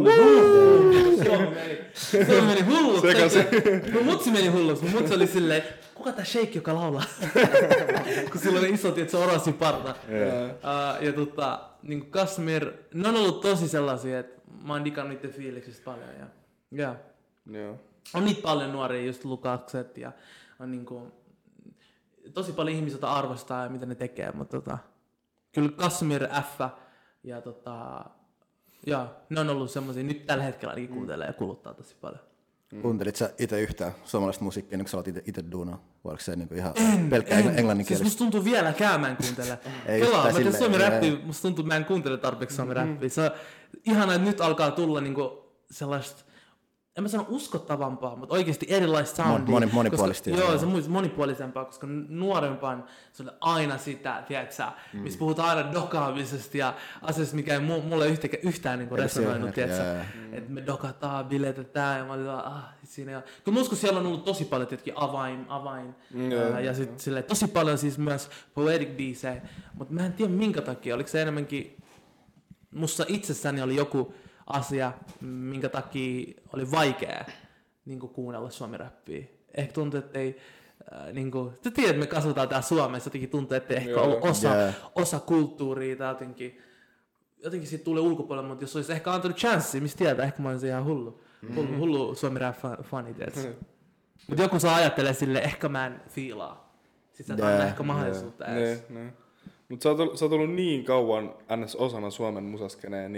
Suomi meni hulluksi. Mun mutsi meni hulluksi. Mun mutsi oli silleen, kuka tää Shake, joka laulaa? Kun sillä oli iso, että se oranssi parta. Ja niin Kasmir, ne on ollut tosi sellaisia, että mä oon digannut niiden fiiliksistä paljon. Ja. On niitä paljon nuoria, just Lukakset ja on niinku tosi paljon ihmisiä, joita arvostaa ja mitä ne tekee. Mutta kyllä Kasmir, F ja joo, ne on ollut semmosia, nyt tällä hetkellä ainakin kuuntelee ja kuluttaa tosi paljon. Kuuntelit sä itse yhtään suomalaista musiikkia, niin kun sä olet itse duunaa? Vai oliko se niin ihan pelkkä englanninkielistä? Siis musta tuntuu vieläkään mä en kuuntele. Kelaa, mä teen suomi-räppiä, musta tuntuu mä en kuuntele tarpeeksi suomi-räppiä. Se on ihanaa, että nyt alkaa tulla niinku sellaista, en mä sano uskottavampaa, mutta oikeasti erilaista soundia. Monipuolista. Joo, se on monipuolisempaa, koska nuorempaan se oli aina sitä, tiedätkö missä puhutaan aina dokaamisesta ja asioista, mikä ei mulle yhtään niin resonoinut, tiedätkö että me dokataan, biletetään ja mä olin siinä. Kyllä mä uskon, siellä on ollut tosi paljon tietenkin avain ja sitten silleen tosi paljon siis myös poetic biisejä, mutta mä en tiedä minkä takia, oliko se enemmänkin, musta itsessäni oli joku asia, minkä takia oli vaikea niin kuunnella suomi-räppiä. Ehkä tuntuu, että ei... te tiedät, että me kasvataan täällä Suomessa, jotenkin tuntuu, että ei ehkä ollut osa kulttuuria tai jotenkin siitä tulee ulkopuolella, mutta jos olisi ehkä antanut chanssia, mistä tietää, ehkä mä olisin ihan hullu suomi-rap-fani, mutta joku saa ajattelee silleen, ehkä mä en fiilaa. Sitten sä anna ehkä mahdollisuutta edes. Mutta sä oot ollut niin kauan ns. Osana Suomen musaskeneen, niin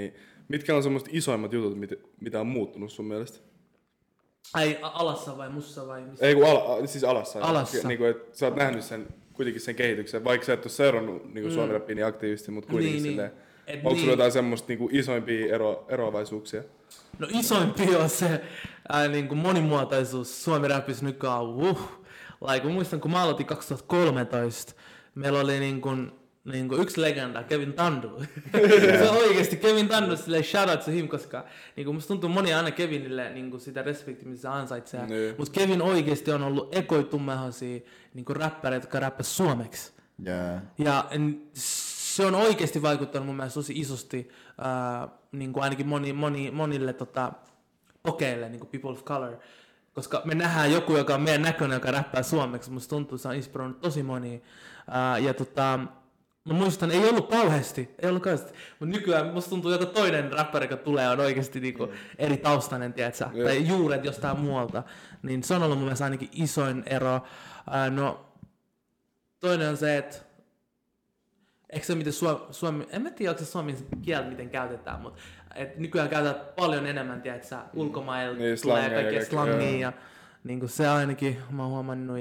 Mitkä on semmoiset isoimmat jutut, mitä on muuttunut sun mielestä? Ai alassa vai mussa vai missä? Ei kun siis alassa. Alassa. Niinku, et sä oot nähnyt kuitenkin sen kehityksen, vaikka sä et ole seurannut niinku Suomi-rappia niin aktiivisesti, mutta kuitenkin silleen. Onko sulla jotain semmoista niinku isoimpia eroavaisuuksia? No isoimpi on se niinku monimuotoisuus Suomi-rapissa nykyään. Like, muistan kun mä aloitin 2013, meillä oli niinku yksi legenda, Kevin Tandu. Se oikeesti Kevin Tandu, silleen shout out to him, koska niinku musta tuntuu moni aina Kevinille niinku sitä respektiä, mitä se ansaitsee. Mut Kevin oikeesti on ollut ekoitummehosia niinku räppäreitä, jotka räppäs suomeksi. Yeah. Ja se on oikeesti vaikuttanut mun mielestä tosi isosti niinku ainakin monille pokeille, niinku people of color. Koska me nähdään joku, joka on meidän näköinen, joka räppää suomeksi. Musta tuntuu, että se on inspiroinut tosi monia. Mä muistan, ei ollut kauheasti. Mutta nykyään musta tuntuu, että joka toinen räppäri, joka tulee, on oikeasti niinku eri taustainen, tiedätkö? Tai juuret jostain muualta. Niin se on ollut mun mielestä ainakin isoin ero. No, toinen on se, että eikö se miten suomi, en mä tiedä, onko se suomen kieltä miten käytetään, mutta nykyään käytetään paljon enemmän, tiedätkö, ulkomailla niin, tulee kaikkea slangia ja niin se ainakin mä oon huomannut.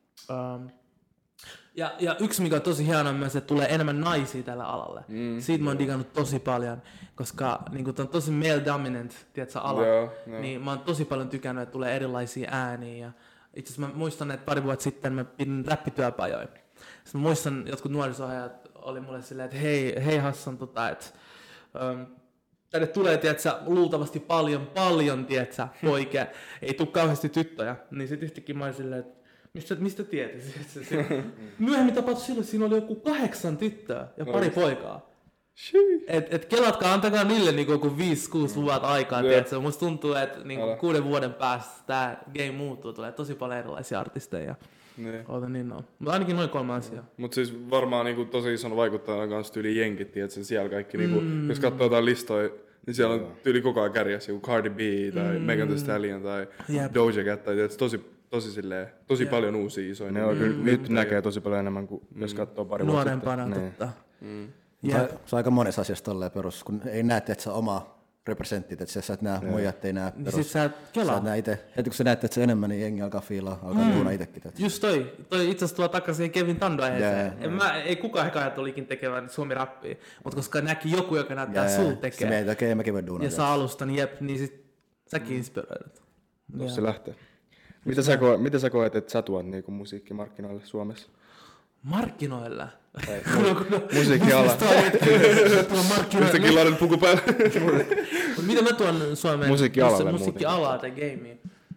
Ja yksi mikä on tosi hienoa on myös, että tulee enemmän naisia tällä alalle. Siitä mä oon digannut tosi paljon, koska niin tämä on tosi male dominant, tiedätkö, ala. Niin mä oon tosi paljon tykännyt, että tulee erilaisia ääniä. Ja itse asiassa mä muistan, että pari vuotta sitten mä pidin räppityöpajoja. Sitten mä muistan, jotkut nuorisohjaajat oli mulle silleen, että hei Hassan, että tänne tulee, tiedätkö, luultavasti paljon, tiedätkö, poikia, ei tule kauheasti tyttöjä. Niin sit yhtäkkiä mä olin silleen, että mistä tietäisi? Myöhemmin tapahtui silloin, että siinä oli joku 8 tyttöä ja pari poikaa. Et kelatkaa, antakaa niille niinku 5-6 vuotta aikaa, tiedätkö. Musta tuntuu, että niinku 6 vuoden päästä tää game muuttuu, tulee tosi paljon erilaisia artisteja. Mutta ainakin noin 3 asiaa. Mutta siis varmaan niinku tosi ison vaikuttaa kans tyyli jenkit, tiedätkö, siellä kaikki niinku, jos katsoo jotain listoja, niin siellä on tyyli koko ajan kärjessä joku Cardi B tai Megan Thee Stallion tai Doja Cat tai tiedätkö, tosi paljon uusia isoja. Ne on kyllä, nyt näkee tosi paljon enemmän kuin jos katsoo pari vuotta sitten. Nuorempana, totta. Se on aika monessa asiassa tolleen perus, kun ei näe, että sä oma representit, että sä et näe muijat, ei näe perus. Niin sit sä kelaa. Sä näe ite, heti kun sä näet, että se enemmän, niin jengi alkaa fiilaa, alkaa duuna itekin. Just toi itse asiassa tuo takaisin Kevin Tandu-aiheeseen. Ei kukaan ehkä ajatellikin tekevän Suomi-rappia, mutta koska näki joku, joka näyttää sul tekee. Se meitä tekee, mäkin voin duunaa. Ja saa alusta, niin niin sit säkin inspiroidut. Tuossa se lähtee. Miten sä koet, että sä tuot niinku musiikkimarkkinoille Suomessa? Markkinoilla? Musiikkiala. Yhtäkin laidan puku päälle. Miten mä tuon Suomeen musiikkialaa tai gamea?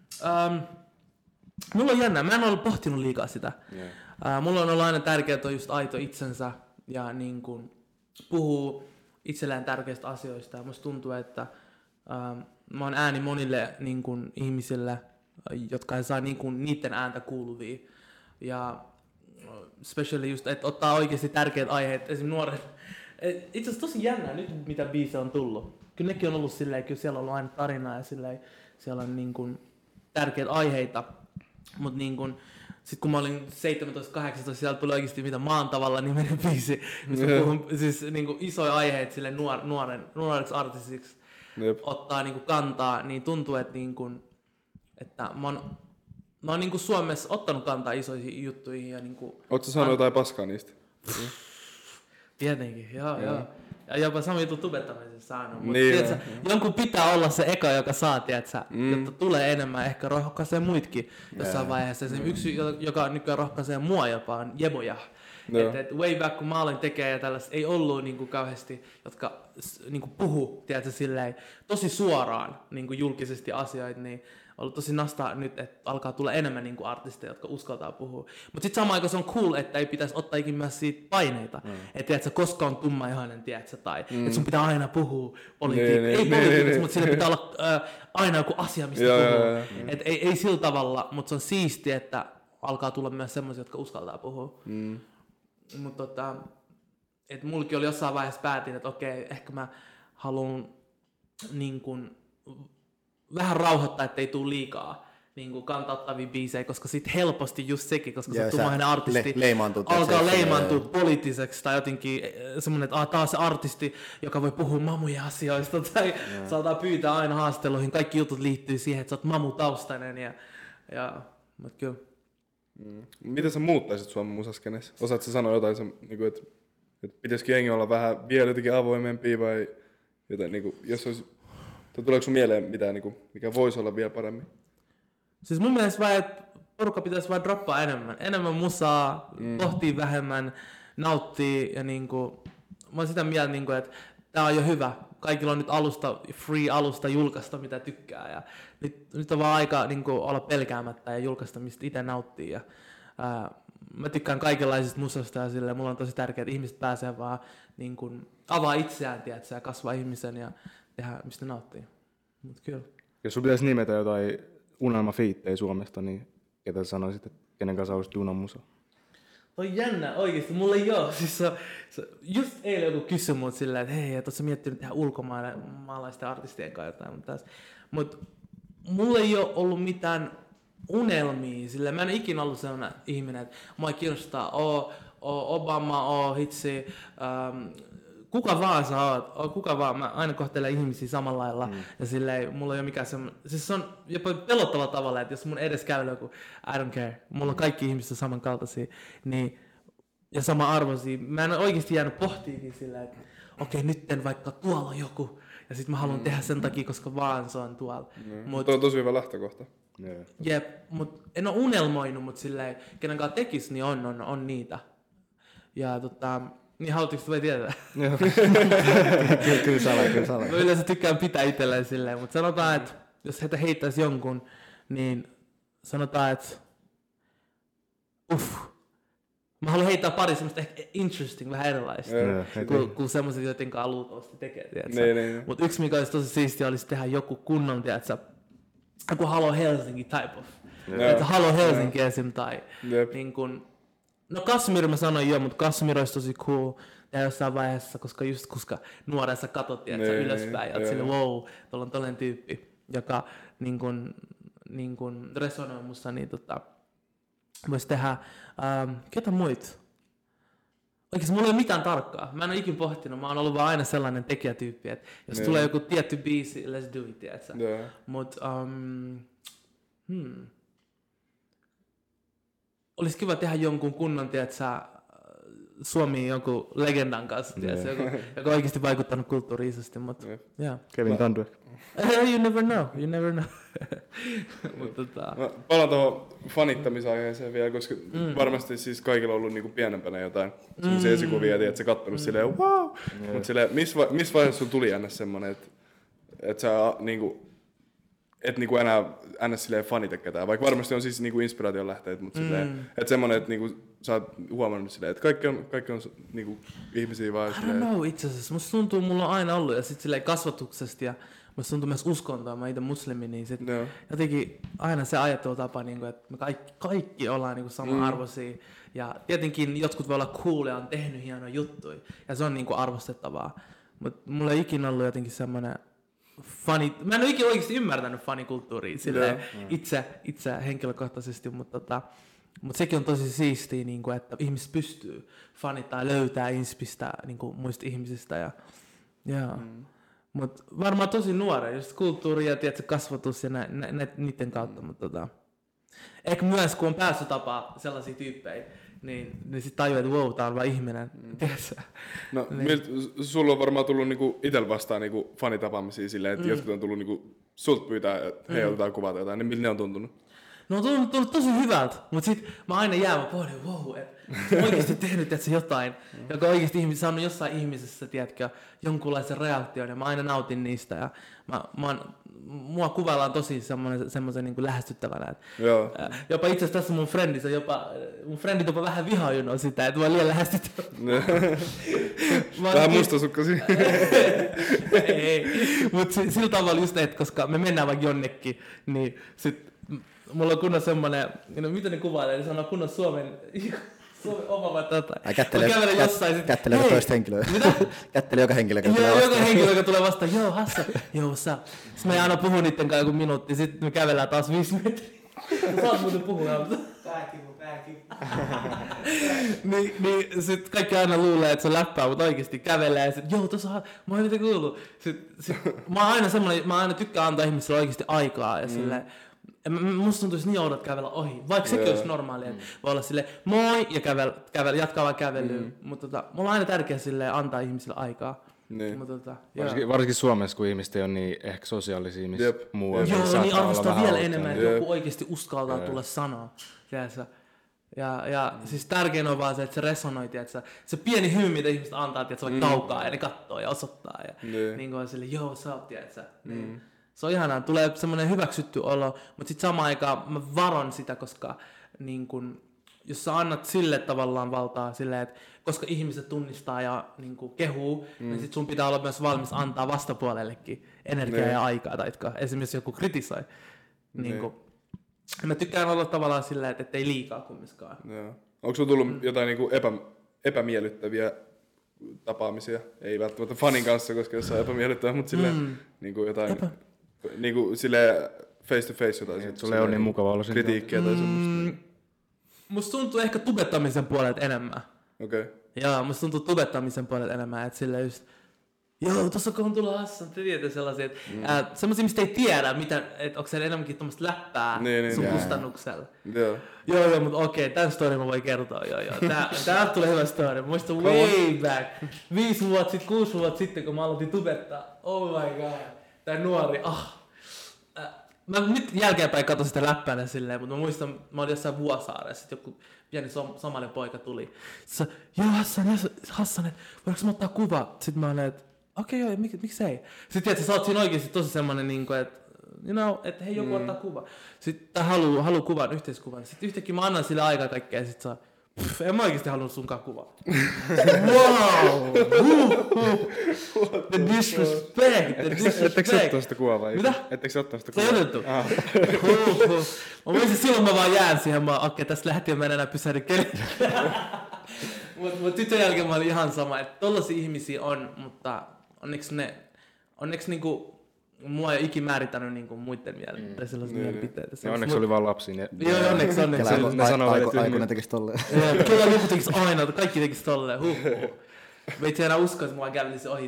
Mulla on jännä, mä en ole pohtinut liikaa sitä. Mulla on ollut aina tärkeää, että on just aito itsensä ja niin kun puhuu itselleen tärkeistä asioista. Musta tuntuu, että mä oon ääni monille niin kun ihmisille, jotka ei saa niin kun niiden ääntä kuuluvia. Ja especially just, että ottaa oikeasti tärkeät aiheet, esimerkiksi nuoret. Itse asiassa tosi jännää nyt, mitä biisejä on tullut. Kyllä nekin on ollut silleen, kyllä siellä on ollut aina tarinaa ja silleen, siellä on niin kuin tärkeitä aiheita. Mutta niin kuin, sit kun mä olin 17-18, siellä tuli oikeasti mitä Maan tavalla niminen biisi, missä puhun siis niin kuin isoja aiheita sille nuoreksi artistiksi ottaa niin kuin kantaa, niin tuntuu, että, niin kuin, että mä oon niinku Suomessa ottanut kantaa isoihin juttuihin ja niinku... Ootko sä saanut jotain paskaa niistä? Tietenkin, joo. Ja jopa sama juttu tubettamisessa saanut. Mutta niin, jonkun pitää olla se eka, joka saa, tiedätkö, jotta tulee enemmän, ehkä rohkaisee muitkin jossain vaiheessa. Yksi, joka nykyään rohkaisee mua jopa, on Jeboja. Et way back, kun mä aloin tekemään ja tällaista, ei ollut niinku kauheasti, jotka niinku puhu, tiedätkö, silleen, tosi suoraan niinku julkisesti asioita, niin on ollut tosi nastaa nyt, että alkaa tulla enemmän niinku artisteja, jotka uskaltaa puhua. Mutta sitten samaan aikaan se on cool, että ei pitäisi ottaa ikinä myös siitä paineita. Että tiedätkö, koska on tummaihoinen, tiedätkö, tai että sun pitää aina puhua politiikasta, mutta sillä pitää olla aina joku asia, mistä puhuu. Että ei sillä tavalla, mutta se on siistiä, että alkaa tulla myös semmoisia, jotka uskaltaa puhua. Mutta että mullakin oli jossain vaiheessa päätin, että okei, ehkä mä haluan niin kuin vähän rauhoittaa, ettei tule liikaa niinku kantauttavia biisejä, koska sit helposti just sekin, koska Joo, sattumainen artisti alkaa leimaantua poliittiseksi tai jotenkin semmoinen, että taas se artisti, joka voi puhua mamujen asioista tai saattaa pyytää aina haastatteluihin. Kaikki jutut liittyy siihen, että sä oot mamutaustainen mutta kyllä. Miten sä muuttaisit Suomen musaskeneessä? Osaatko sanoa jotain, niinku, että pitäisikö jengi olla vähän vielä jotenkin avoimempia vai jotain, niinku, jos olisi, tuleeko sun mieleen mitään, niinku, mikä voisi olla vielä paremmin? Siis mun mielestä vaan, että porukka pitäisi vaan droppaa enemmän musaa, pohtii vähemmän, nauttii ja niinku, mä oon sitä mieltä, niinku, että tää on jo hyvä. Kaikilla on nyt free alusta julkaista mitä tykkää ja nyt on vaan aika niinku, olla pelkäämättä ja julkaista mistä itse nauttii. Ja, mä tykkään kaikenlaisista musasta ja silleen, mulla on tosi tärkeää, että ihmiset pääsee vaan niinku, avaa itseään, tiedätkö, ja kasvaa ihmisen ja tehdä mistä nauttii. Mut kyllä. Jos sun pitäisi nimetä jotain unelmafiittejä Suomesta, niin ketä sanoisit, että kenen kanssa olisi duunan musa? On jännä oikeesti, mulla ei oo. Siis just eilen joku kysyi mut silleen, että hei, et oot sä miettinyt tehdä ulkomaalaisten artistien kanssa jotain. Mut mulla ei oo ollut mitään unelmia, silleen mä en ikinä ollut sellainen ihminen, että mua ei kiinnostaa Obama, hitsi, kuka vaan sä oot, kuka vaan, mä aina kohtelen ihmisiä samalla lailla ja silleen mulla ei ole mikään semmoinen, siis se on jopa pelottavalla tavalla, että jos mun edes käy joku, I don't care, mulla on kaikki ihmiset samankaltaisia, niin, ja sama-arvoisia, mä en ole oikeasti jäänyt pohtiikin silleen, että okei, nytten vaikka tuolla on joku, ja sit mä haluan tehdä sen takia, koska vaan se on tuolla. Tuo on tosi hyvä lähtökohta. Jep, mut en ole unelmoinut, mut silleen, kenen kanssa tekis, niin on niitä. Ja niin haluttiinko voi tietää? Kyllä saa. Mä yleensä tykkään pitää itselleen silleen, mutta sanotaan, että jos heitä heittäisi jonkun, niin sanotaan, että mä haluan heittää pari semmoista ehkä interesting, vähän erilaista, kuin semmoiset, joiden kanssa luultavasti tekee, tiedätkö? Mutta yksi, mikä olisi tosi siistiä, olisi tehdä joku kunnon, tiedätkö, joku Halo Helsinki type of. Että Halo Helsinki esim. Tai niin kun, no Kashmir mä sanoin jo, mutta Kashmir olisi tosi cool tehdä jossain vaiheessa, koska nuorena sä katot ylöspäin ja oot sille wow, tuolla on tollainen tyyppi, joka niin kun resonoi musta, niin voisi tehdä, ketä muit? Oikeesti mulla ei ole mitään tarkkaa. Mä en ole ikin pohtinut, mä oon ollut vaan aina sellainen tekijätyyppi, että jos tulee joku tietty biisi, let's do it, tiedätkö? Mut, olisi kiva tehdä jonkun kunnon, tiedätkö, Suomi jonkun legendan kanssa, tiedätkö, joka on oikeasti vaikuttanut kulttuuriin isosti, mutta yeah. Kevin Tandu. You never know. Palaan tuohon fanittamisaiheeseen vielä, koska varmasti siis kaikilla on ollut niinku pienempänä jotain semmoisia esikuvia, että sä kattonut silleen wow! Mutta silleen, missä vaiheessa sun tuli ns semmonen, että sä niinku, et niinku enää silleen fanita ketään, vaikka varmasti on siis niinku inspiraation lähteet, mutta silleen, että semmonen, että niinku sä oot huomannut silleen, että kaikki on niinku ihmisiä vaan I don't know itse asiassa, musta tuntuu, mulla on aina ollut ja sit silleen kasvatuksesta ja musta tuntuu myös uskontoa, mä itse muslimi, niin sit jotenkin aina se ajattelutapa, niinku, että me kaikki ollaan niinku sama-arvoisia ja tietenkin jotkut voi olla cool ja on tehnyt hienoja juttuja ja se on niinku arvostettavaa, mutta mulla ei ikinä ollut jotenkin semmoinen mä en ole ikinä oikeasti ymmärtänyt fanikulttuuria silleen itse henkilökohtaisesti, mutta sekin on tosi siistiä, niin kuin, että ihmiset pystyy fanittaa, löytää inspistä niin kuin muista ihmisistä. Mutta varmaan tosi nuoren, just kulttuuri ja tiedätkö, kasvatus ja niiden kautta. Mutta ehkä myös kun on päässyt tapaa sellaisia tyyppejä, niin sitten tajuaa, että wow, tää on vaan ihminen. No, sulla on varmaan tullut niinku itsellä vastaan niinku fanitapaamisia silleen, että jotkut on tullut niinku sulta pyytää, että hei, otetaan kuvata jotain, niin miltä ne on tuntunut? No on tullut tosi hyvältä, mutta sit mä aina jään, mä pohdin, wow, että se on oikeasti tehnyt jotain, joka oikeasti saanut jossain ihmisessä, tiedätkö, jonkunlaisen reaktion, ja mä aina nautin niistä, ja mua kuvaillaan tosi semmoisen niin kuin lähestyttävänä. Että, jopa itse asiassa tässä mun frendit jopa vähän vihaajunut sitä, että mä liian lähestyttävänä. Vähän mustasukkaisia. Ei, mutta sillä tavalla just, että koska me mennään vaikka jonnekin, niin sit mulla on kunnon semmonen, no miten ne kuvailee, ne sanoo kunnon Suomen oma tätä. Kättelee toista henkilöä. Mitä? Kättelee joka henkilö, joka tulee vastaan. Joka henkilö, joka tulee vastaan. Joo, Hassa. Joo, sä. Sitten mä aina puhun niitten kanssa joku minuutti, sitten me kävellään taas 5 metriä. Sä saat muuten puhua. Pääkivu. niin sit kaikki aina luulee, että se läppää, mutta oikeesti kävelee ja sit joo, mä oon mitä kuullut. Mä aina tykkään antaa ihmisille oikeesti aikaa ja silleen, musta tuntuisi niin oudot kävellä ohi, vaikka sekin olisi normaalia, että voi olla silleen moi ja jatkaa vaan kävelyä, mutta mulla on aina tärkeää silleen antaa ihmisille aikaa. Niin. Varsinkin Suomessa, kun ihmiset ei ole niin ehkä sosiaalisia, missä muualla. Joo, niin arvostaa vielä enemmän, että joku oikeasti uskaltaa tulla sanoa. Ja siis tärkein on vaan se, että se resonoi, että se pieni hymy, mitä ihmiset antaa, että se vaikka kaukaa ja ne kattoo ja osoittaa. Ja niin kuin on silleen, joo, sä oot, tiedätkö. Se on ihanaa, tulee semmoinen hyväksytty olo, mutta sitten samaan aikaan mä varon sitä, koska niin kun, jos sä annat sille tavallaan valtaa silleen, että koska ihmiset tunnistaa ja niin kun, kehuu, niin sit sun pitää olla myös valmis antaa vastapuolellekin energiaa ja aikaa, taitko esimerkiksi joku kritisoi. Niin kun, mä tykkään olla tavallaan silleen, että ei liikaa kummiskaan. Onko sulla tullut jotain niinku epämiellyttäviä tapaamisia? Ei välttämättä fanin kanssa, koska jos on epämiellyttävää, mutta silleen niinku jotain niinku silleen face to face jotain. Sulle on niin mukava olla kritiikkiä tai semmoista. Musta tuntuu ehkä tubettamisen puolelta enemmän. Okei. Joo, musta tuntuu tubettamisen puolelta enemmän, että silleen just joo, tossa kun on tullut Hassan, te tiedätte sellaisia, että semmoisia, mistä ei tiedä, että onko siellä enemmänkin tommoista läppää sun kustannuksella. Joo, mutta okei, tämän story mä voin kertoa, joo. Tää tulee hyvä story. Muistan way back, 5 vuotta sitten, 6 vuotta sitten, kun mä aloitin tubettaa. Oh my god, tää nuori, Mä nyt jälkeenpäin katsoin sitä läppänä silleen, mutta mä muistan, mä olin jossain Vuosaaressa, sit joku pieni somali poika tuli. Sitten joo Hassan, että voidaanko mä ottaa kuva? Sitten mä olin, että okei, joo, miksei? Sitten tiedätkö, sä oot siinä oikeesti tosi semmonen niinku, että että hei, joku ottaa kuva. Sitten haluu kuvan, yhteiskuvan. Sitten yhtäkkiä mä annan sille aikaa kaikkea ja sit saa en mä oikeesti halunnut sunkaan kuvaa. Wow! The disrespect! Ettekö sä ottanut sitä kuvaa vai? Mitä? Ettekö sä ottanut sitä kuvaa? Se on otettu. Mä muistin silloin mä vaan jään siihen, okei, tästä lähtien mä en enää pysähdy kenellekään. Mut tytön jälkeen mä olin ihan sama, että tollasia ihmisiä on, mutta onneksi niinku mua ei ole ikin määrittänyt niinku muiden tai sellaisia mielipiteitä. Ja onneksi oli vaan lapsi. Joo, onneksi. Ne sanoo aikuinen tekisi tolleen. Kyllä joku tekisi aina, kaikki tekisi tolleen. Mä itse enää usko, että mua kävelisi ohi,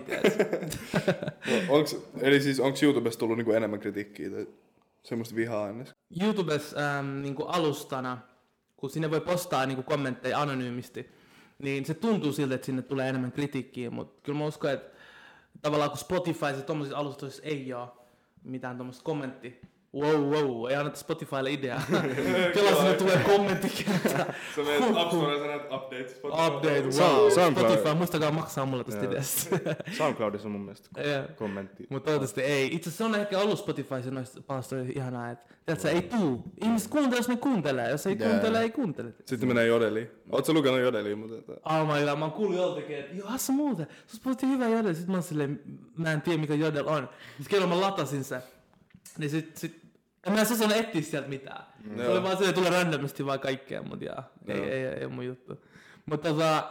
Eli siis onko YouTubessa tullut niinku enemmän kritiikkiä tai semmoista vihaa ennessä? YouTubessa niinku alustana, kun sinne voi postaa niinku kommentteja anonyymisti, niin se tuntuu siltä, että sinne tulee enemmän kritiikkiä, mutta kyllä mä uskon, että tavallaan kun Spotify ja tommosissa alustoissa ei ole mitään tommoista kommentti. Wow, ei anneta Spotifylle ideaa. Kyllä sinne tulee kommenttikenttä. Sä menet App Storeen, sä näet update Spotify. Update, wow. Spotify, muistakaa maksaa mulle tosta ideasta. SoundCloudissa on mun mielestä kommentti. Mutta toivottavasti ei. Itse asiassa se on ehkä ollut Spotifyssa noista palstoista ihanaa, että ei tuu. Ihmiset kuuntelee, jos ne kuuntelee. Jos ei kuuntele, ei kuuntele. Sitten menee Jodeliin. Ootko sä lukenut Jodeliin? Oh my god, mä oon kuullut joltakin, että joo, Hassan muuten. Sus puhuttiin hyvä Jodel. Sitten mä oon silleen, mä en tiedä mikä Jodel on. Sitten kerran mä latasin sen. Niin sit en mä osannut etsiä sieltä mitään. Se oli vaan se, että tulee randomisti vaan kaikkea, mutta ei ole mun juttu. Mutta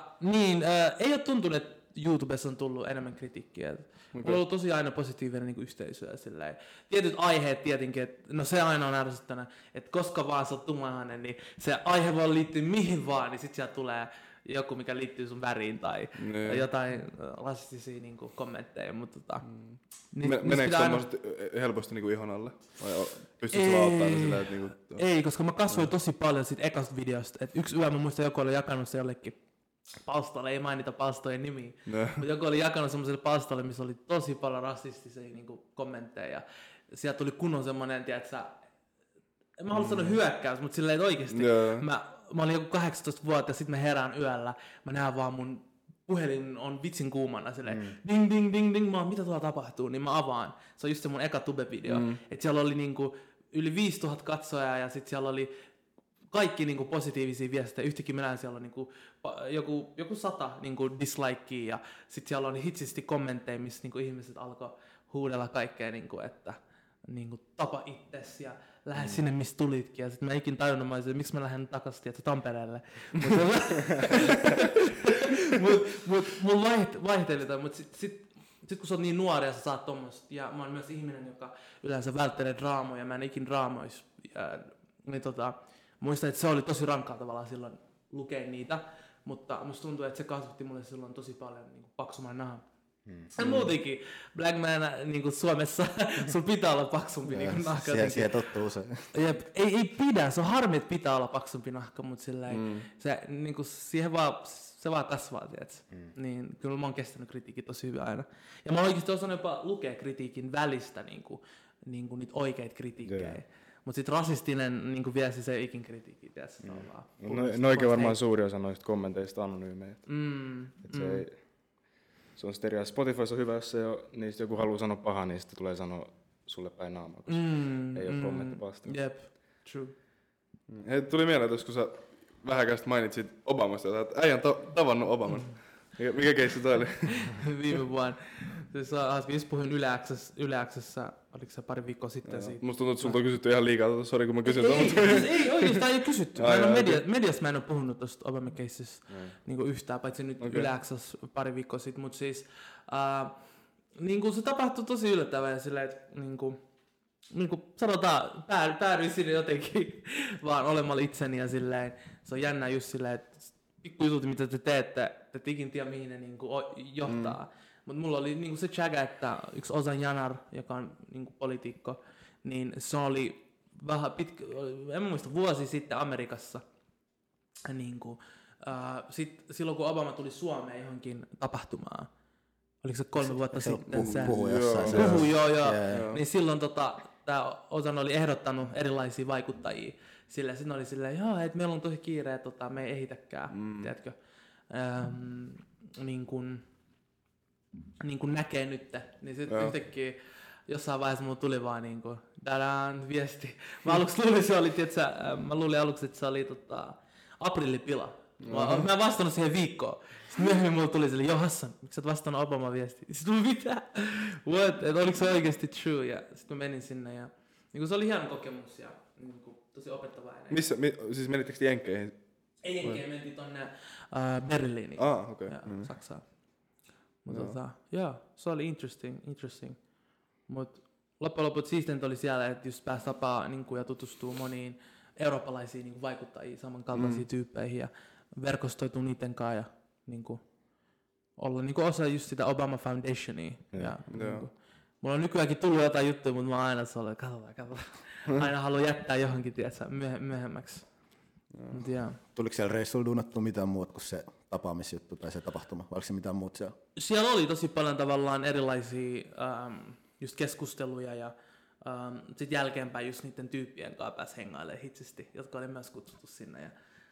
ei ole tuntunut, että YouTubessa on tullut enemmän kritiikkiä. Mulla on ollut tosi aina positiivinen niin yhteisö. Tietyt aiheet tietenkin, että no se aina on ärsyttänyt, että koska vaan sä oot tummahainen, niin se aihe voi liittyä mihin vaan, niin sit sieltä tulee joku, mikä liittyy sun väriin tai jotain rasistisia niin kommentteja. Mutta meneekö tommoset helposti niinku ihon alle? Vai pystytkö sä ottaa ne sillä, että niinku... Ei, koska mä kasvoin tosi paljon siitä ekasta videosta. Et yksi yö mä muistan, joku oli jakanut se jollekin palstalle, ei mainita palstojen nimiä. Mutta joku oli jakanut semmoiselle palstalle, missä oli tosi paljon rasistisia niinku kommentteja. Ja sieltä tuli kunnon semmonen, tiedätkö, en mä halua sanoa hyökkäys, mutta silleen, että oikeesti. Mä olin joku 18 vuotta ja sit mä herään yöllä. Mä näen vaan mun puhelin on vitsin kuumana silleen ding ding ding ding, mitä tuolla tapahtuu, niin mä avaan. Se on just se mun eka tube-video. Et siellä oli niinku yli 5000 katsojaa ja sit siellä oli kaikki niinku positiivisia viestejä. Yhtäkkiä mä näen siellä on niinku joku 100 niinku dislikea ja sit siellä oli hitsisti kommentteja, missä niinku ihmiset alkoi huudella kaikkea niinku, että niinku tapa itses ja lähde sinne, mistä tulitkin. Ja sit mä ikin tajunnut, että miksi mä lähden takaisin Tampereelle. Mulla vaihteli toi, mutta sit kun sä oot niin nuori ja sä saat tommoista, ja mä oon myös ihminen, joka yleensä välttelee draamoja, mä en ikin draamois Niin muistan, että se oli tosi rankkaa tavallaan silloin lukea niitä, mutta musta tuntuu, että se kasvatti mulle silloin tosi paljon niin paksumman nahan. Ja muutenkin, Black Man niin Suomessa, sun pitää olla paksumpi niin nahka. Siihen tottuu usein. Ei pidä, se on harmi, että pitää olla paksumpi nahka, mutta se, niin siihen se vaan kasvaa, tiedätkö? Niin kyllä mä oon kestänyt kritiikin tosi hyvin aina. Ja mä oon oikeasti osannut jopa lukea kritiikin välistä niin kuin niitä oikeita kritiikkejä. Mutta sitten rasistinen niin viesti se ikin kritiikki, tiedätkö? No oikein varmaan suuri osa noista kommenteista anonyymejä. Se on sitten eri asia. Spotifyssa on hyvä, jos niistä joku haluaa sanoa pahaa, niin sitten tulee sanoa sulle päin naamaa, koska ei ole kommenttipasta. Jep, true. Hei, tuli mieleen, että kun sä vähäkästä mainitsit Obamasta, että äijän tavannut Obaman. Mikä keissi toi oli? Viime vuonna. Siis puhuin Yle X:ssä, oliko se pari viikkoa sitten siitä. Musta tuntuu, että sulta on kysytty ihan liikaa, sori kun mä kysyn. Ei oikeastaan ei ole kysytty. Mediassa mä en ole puhunut tuosta Obama-keissistä niin yhtään, paitsi nyt Yle X:ssä pari viikkoa sitten, mutta siis niin se tapahtui tosi yllättävää ja silleen, että niin kuin sanotaan, päädyin sinne jotenkin vaan olemalla itseni ja silleen, se on jännä just silleen, että pikkujutut, mitä te teette, te ikin tiedä mihin ne niin johtaa. Mutta mulla oli niin se chaga, että yksi Ozan Yanar, joka on niin poliitikko, niin se oli vähän en muista, vuosi sitten Amerikassa. Niin silloin kun Obama tuli Suomeen johonkin tapahtumaan, oliko se 3 vuotta sitten? Puhui jossain. Puhui, joo. Niin silloin tämä Ozan oli ehdottanut erilaisia vaikuttajia. Sitten oli silleen, että meillä on tosi kiire, me ei ehitäkään, tiedätkö? Niin kuin näkee nyt, niin sitten yhtäkkiä jossain vaiheessa mulla tuli vaan niinku viesti. Mä luulin aluksi, että se oli aprillipila. Mä en vastannut siihen viikkoon. Sitten myöhemmin mulla tuli sille, Hassan, miksi sä et vastannut Obama viestiin? Sitten tuli mitä? What? Että oliko se oikeasti true? Ja sitten mä menin sinne ja niin se oli hieno kokemus ja niin tosi opettavainen. Siis menittekö te Jenkkeihin? Ei Jenkkeihin, mentiin tonne Berliiniin. Okei. Saksaan. Mutta se oli interesting. Mutta loppujen lopuksi siistintä oli siellä, että just pääsi tapaa ja tutustuu moniin eurooppalaisiin vaikuttajiin, samankaltaisiin tyyppeihin ja verkostoituu niiden kanssa ja olla osa just sitä Obama Foundationia. Mulla on nykyäänkin tullut jotain juttuja, mutta mä oon aina sellainen, katsotaan. Aina haluan jättää johonkin, tiedätkö, myöhemmäksi. Tuliko siellä reissulla duunattu mitään muuta kuin se tapaamisjuttu tai se tapahtuma? Vai oliko se mitään muuta siellä? Siellä oli tosi paljon tavallaan erilaisia just keskusteluja ja sitten jälkeenpäin just niiden tyyppien kanssa pääsi hengailemaan hitsesti, jotka oli myös kutsuttu sinne.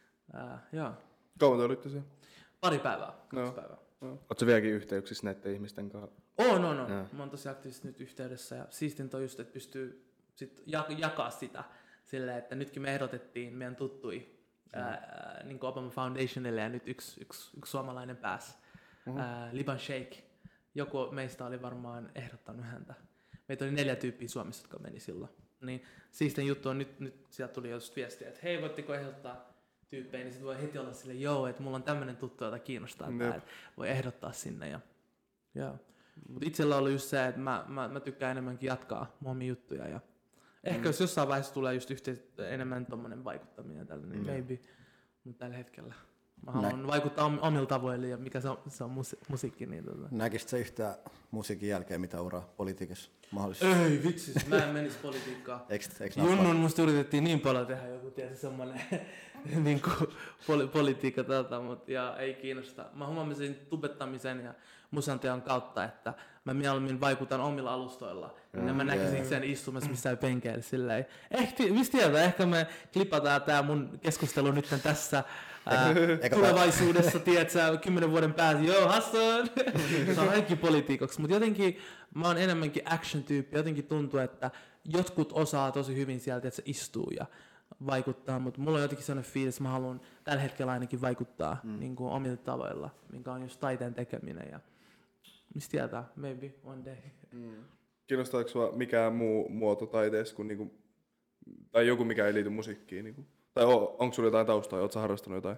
Kauan te olitte siellä? 2 päivää. Oletko vieläkin yhteyksissä näiden ihmisten kanssa? No. Mä oon tosi aktiivisesti nyt yhteydessä ja siistintä on just, että pystyy sit jakaa sitä silleen, että nytkin me ehdotettiin meidän tuttui niin Obama Foundationille ja nyt yksi suomalainen pääsi, Liban Sheikh. Joku meistä oli varmaan ehdottanut häntä. Meitä oli 4 tyyppiä Suomessa, jotka meni silloin. Niin siistin juttu on nyt sieltä tuli just viestiä, että hei, voitteko ehdottaa tyyppejä, niin sitten voi heti olla silleen, että mulla on tämmöinen tuttu, jota kiinnostaa tää, että voi ehdottaa sinne. Mutta itsellä on ollut just se, että mä tykkään enemmänkin jatkaa omia juttuja ja ehkä jos jossain vaiheessa tulee just enemmän tommonen vaikuttaminen tällä, niin maybe, mutta tällä hetkellä mä haluan vaikuttaa omilla tavoilla ja mikä se on musiikki. Niin Näkisit sä yhtään musiikin jälkeen mitä uraa politiikassa mahdollisesti? Ei vitsi, mä en menisi politiikkaan. Junnun musta yritettiin niin paljon tehdä joku semmonen niinku politiikka mutta ei kiinnosta. Mä huomasin tubettamisen ja musanteon kautta, että mä mieluummin vaikutan omilla alustoilla. Ja mä näkisin itseäni istumassa missään penkeillä silleen. Ehkä me klipataan tää mun keskustelu nyt tässä tulevaisuudessa, tiedätkö, 10 vuoden päästä, Hassan! Se on kaikki politiikoksi, mutta jotenkin mä oon enemmänkin action-tyyppi. Jotenkin tuntuu, että jotkut osaa tosi hyvin sieltä, että se istuu ja vaikuttaa, mutta mulla on jotenkin sellainen fiilis, että mä haluan tällä hetkellä ainakin vaikuttaa niin kuin omilla tavoilla, minkä on just taiteen tekeminen ja mistä tietää, maybe one day. Kiinnostaako sua mikään muu muoto taiteessa kuin tai joku mikä ei liity musiikkiin? Tai onko sulla jotain taustaa, ootko sä harrastanut jotain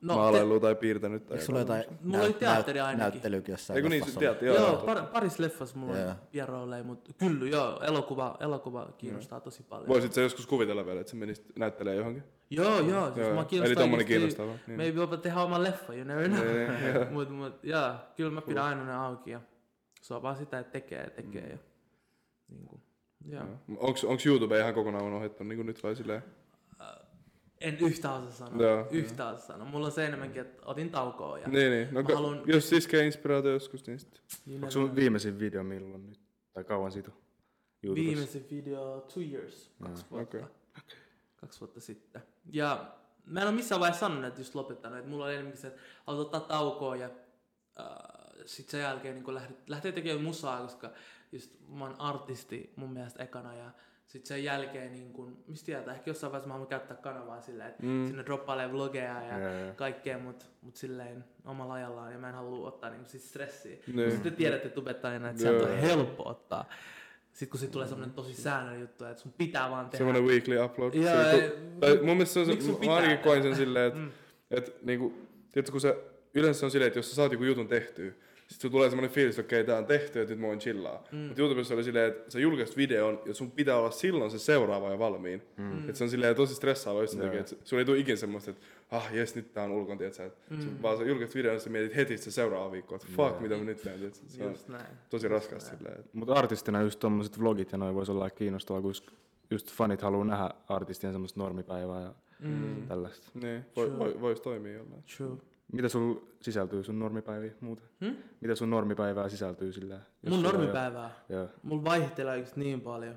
maalailua tai piirtänyt. Tai eikö sulla jotain Mulla oli teatteri ainakin. näyttelykin jossain Eikö niin, leffassa teatteri, ollut? Joo, parissa leffassa mulla on pierooleja, mutta kyllä joo, elokuva kiinnostaa tosi paljon. Voisit sä joskus kuvitella vielä, että sä menisit näyttelemään johonkin? Joo, siis mä kiinnostaa. Eli tommonen kiinnostavaa. Niin. Maybe jopa tehdä oman leffa, you never know. Mut kyllä mä pidän aina ne auki ja se on vaan sitä, että tekee ja niinku, joo. Onks YouTube ihan kokonaan unohdettu niin kuin nyt vai silleen? En yhtään osaa sanoa. Mulla on se enemmänkin, että otin taukoa. Ja niin. No, jos iskee inspiraatio joskus, niin sitten. Onko sun viimeisin video milloin nyt? Tai kauan siitä on YouTubessa? Viimeisin video 2 years, 2 vuotta. Okay. 2 vuotta sitten. Ja mä en ole missään vaiheessa sanonut, että just lopettanut. Että mulla oli enemmänkin se, että haluat ottaa taukoa ja sit sen jälkeen niin lähtee tekemään musaa, koska just mä oon artisti mun mielestä ekana ja sit sen jälkeen, niin kun, mistä tietää, ehkä jossain vaiheessa mä haluan käyttää kanavaa silleen, että sinne droppailee vlogeja ja kaikkea, mut silleen omalla ajallaan ja mä en halua ottaa niin siis stressiä. Sitten tiedätte tubettajana, että sieltä on helppo ottaa. Sitten kun tulee semmonen tosi säännöllinen juttu, että sun pitää vaan tehdä. Semmonen weekly upload. Mun mielestä se on se, mä ainakin koin sen silleen, että niinku, tiedätkö, kun se yleensä se on silleen, että jos sä saat joku jutun tehtyä, sitten sulla tulee semmoinen fiilis, että okei, tää on tehty ja nyt mä voin chillaa. Mutta YouTubessa oli silleen, että sä julkaiset videon ja sun pitää olla silloin se seuraava ja valmiin. Että se on silleen tosi stressaava just sen takia, että sulla ei tule ikinä semmoista, että jes, nyt tää on ulkon, tietsä. Vaan sä julkaiset videon ja sä mietit heti se seuraava viikko, että fuck, mitä mä nyt teen, tietsä. Se on tosi raskasta silleen. Mutta artistina just tommoset vlogit ja noin vois olla kiinnostavaa, kun just fanit haluu nähdä artistien semmoista normipäivää ja tällaista. Niin, vois toimia jollain. True. Mitä sul sisältyy sun normipäiviin muuten? Mitä sun normipäivää sisältyy sillä? Mun normipäivää? Joo. Mulla vaihtelee niin paljon.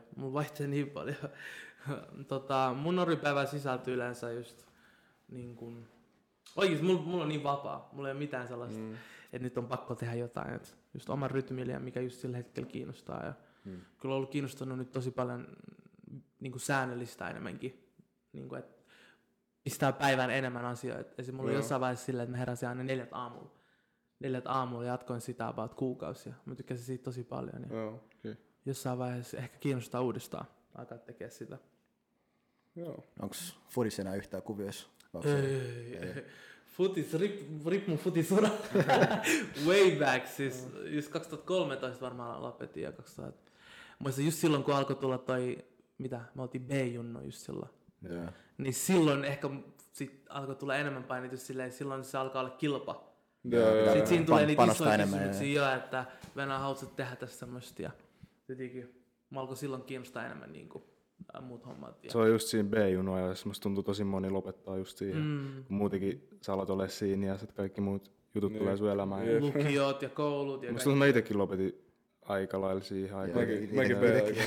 Mun normipäivää sisältyy yleensä just niin kun... Oikeesti mulla on niin vapaa. Mulla ei ole mitään sellaista, että nyt on pakko tehdä jotain. Et just oman rytmillä, mikä just sillä hetkellä kiinnostaa. Ja kyllä on ollut kiinnostunut nyt tosi paljon niin kuin säännöllistä enemmänkin. Niin kuin, että pistää päivän enemmän asioita. Esimerkiksi mulla oli jossain vaiheessa silleen, että mä heräsin aina 4 aamulla ja jatkoin sitä about kuukausia. Mä tykkäsin siitä tosi paljon. Ja jossain vaiheessa ehkä kiinnostaa uudestaan alkaa tekemään sitä. Onks fudis enää yhtään kuvioissa? Futis, rip mun futisura. Way back, siis just 2013 varmaan lopetin ja 2000. Muistan just silloin, kun alkoi tulla toi, me oltiin B-junno just silloin. Niin silloin ehkä sit alkoi tulla enemmän painitus silleen, silloin se alkaa olla kilpa. Sitten siinä tulee niitä isoja kysymyksiä että Venäjä haluat tehdä tässä semmoista ja jotenkin mä alkoi silloin kiinnostaa enemmän niinku muut hommat. Se on just siinä B-junoa ja musta tuntuu tosi moni lopettaa just siihen. Kun muutenkin sä alat ole siinä ja sit kaikki muut jutut tulee sun elämään. Lukiot ja koulut ja musta tuntuu, mä itekin lopetin aika lailla siihen aikaan. Mäkin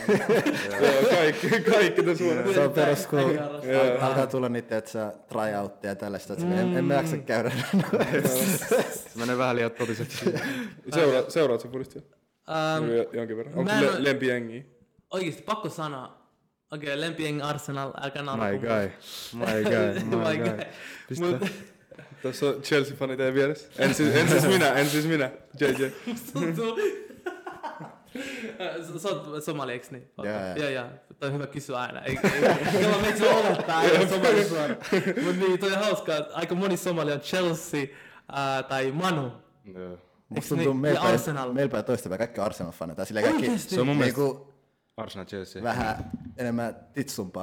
kaikki tässä vuonna. Se on perus, kun alkaa tulla niitä, että sä tryoutteja ja tällaista, että en mä jaksa käydä. Se menee vähän liian totiseksi. Seuraat sä fudistia? Jonkin verran. Onko lempijengiä? Oikeesti pakko sanoa. Okei, lempijengi Arsenal, älkää naura. My guy. Tässä on Chelsea-fani teidän vieressä. En siis minä. JJ. Sä oot somali, eiks niin? Joo. Toi on hyvä kysyä aina. Kyllä meitä se olettaa aina somali suora. Mut niin, toi on hauskaa. Aika moni somali on Chelsea tai Manu. Musta tuntuu meilpä toista kaikki Arsenal-faneja. Tai silleen kaikki se on mun mielestä Arsenal Chelsea. Vähän enemmän titsumpaa.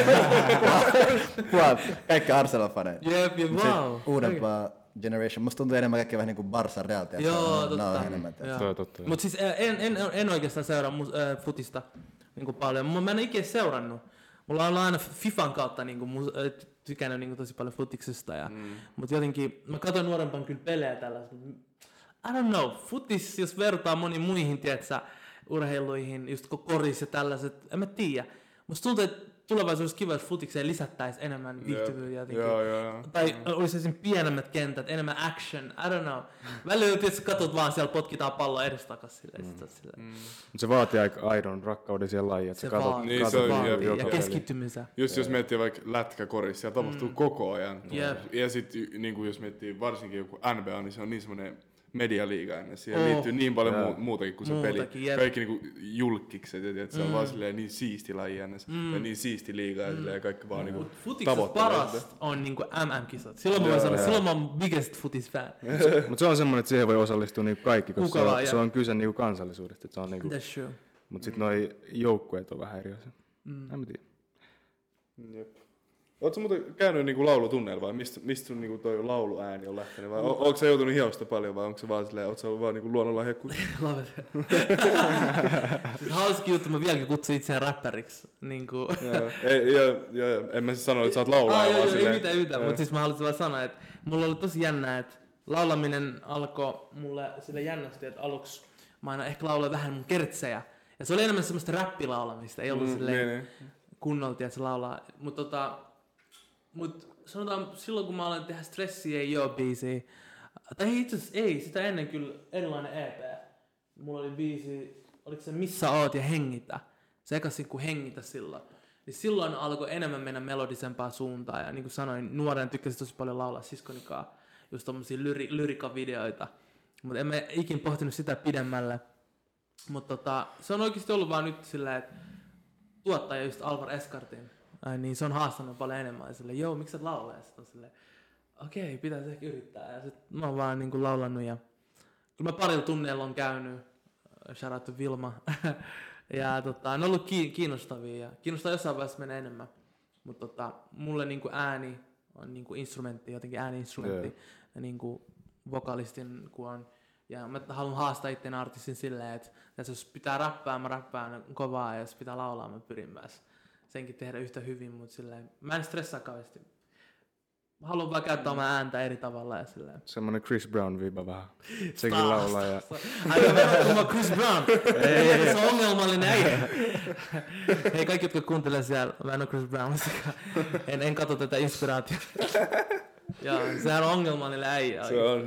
Kaikki Arsenal-faneja. Jep, wow. Uudempaa generation. Musta tuntuu enemmän kaikki vähän niinku Barça Real. Joo, totta. Mut siis en oikeastaan seuraa futista niinku paljon. Mä en ikinä seurannut. Mulla on aina Fifan kautta niinku tykännyt niinku tosi paljon futiksesta. Mut jotenkin, mä katsoin nuorempaan kyllä pelejä tällaista. I don't know, futis, jos vertaa moniin muihin, tietsä, urheiluihin, just koris ja tällaiset, en mä tiedä. Musta tuntuu, että tulevaisuudessa kiva, että futikseen lisättäisiin enemmän viihtyvyyttä jotenkin. Tai olisi esimerkiksi pienemmät kentät, enemmän action, I don't know. Välillä tietysti katsot vaan, siellä potkitaan palloa edestakas silleen. Se vaatii aika aidon rakkauden siihen lajiin, että sä katot ja keskittymisen. Just jos miettii vaikka lätkäkorissa, siellä tapahtuu koko ajan. Ja sit niinku jos miettii varsinkin joku NBA, niin se on niin semmoinen medialiiga ennen. Siihen liittyy niin paljon muutakin kuin se peli. Jep. Kaikki niinku julkkikset, että se on vaan silleen niin siisti laji ennen. Ja niin siisti liiga ja kaikki vaan niinku Futiksessa parasta on niinku MM-kisat. Silloin mä voin sanoa, silloin mä oon biggest futis-fan. Mutta se on semmoinen, että siihen voi osallistua niinku kaikki, koska se on kyse niinku kansallisuudesta. Se on niinku, that's true. mutta sitten noi joukkueet on vähän eri asia. En mä tiedä. Jep. Ootko muuten käynyt niinku laulutunneilla vai mistä sun niinku toi lauluääni on lähtenyt? Vai onko sä joutunut hiosta paljon vai onko se vaan silleen, ootko sä ollut vaan niinku luonnonlahjakku? Siis hauska juttu, mä vieläkin kutsun itseään räppäriksi. Niinku. En mä siis sano, että sä oot laulaa vaan silleen. Ei mitään, mutta siis mä haluaisin vaan sanoa, että mulla oli tosi jännä, että laulaminen alkoi mulle sille jännästi, että aluksi mä aina ehkä lauloin vähän mun kertsejä. Ja se oli enemmän semmoista räppilaulamista, ei ollut silleen kunnolta, että se laulaa. Mut sanotaan, silloin kun mä aloin tehdä Stressi ei oo biisiä, tai itse asiassa ei, sitä ennen kyllä erilainen EP. Mulla oli biisi, oliko se Missä oot ja Hengitä, se ekasin kuin Hengitä silloin. Niin silloin alkoi enemmän mennä melodisempaa suuntaan ja niin kuin sanoin, nuorena tykkäsin tosi paljon laulaa siskonikaan, just tommosia lyrikavideoita. Mutta en mä ikin pohtinut sitä pidemmälle. Mutta se on oikeasti ollut vaan nyt silleen, että tuottaja just Alvar Eskartin, niin se on haastanut paljon enemmän. Ja silleen, joo, miksi sä et laulaa? Ja sit on silleen, okei, pitäisi ehkä yrittää. Ja sit mä oon vaan niinku laulanut ja kyllä mä parilla tunneilla on käynyt, shout out to Vilma. Ja ne on ollut kiinnostavia ja kiinnostaa jossain vaiheessa mennä enemmän. Mutta mulle niinku ääni on niinku instrumentti, jotenkin ääni-instrumentti. Ja niinku vokalistin kun on. Ja mä haluan haastaa itseäni artistin silleen, että jos pitää räppää, mä räppään kovaa ja jos pitää laulaa, mä pyrin myös senkin tehdä yhtä hyvin, mutta silleen, mä en stressaa kauheasti. Mä haluan vaan käyttää omaa ääntä eri tavalla ja silleen. Semmoinen Chris Brown-viiba vähän. Sekin laulaa ja... Aika verrattuna Chris Brown. Se on ongelmallinen äijä. Hei kaikki, jotka kuuntelee siellä, mä en ole Chris Brown. En katso tätä inspiraatiota. Joo, sehän on ongelmallinen äijä. Se on.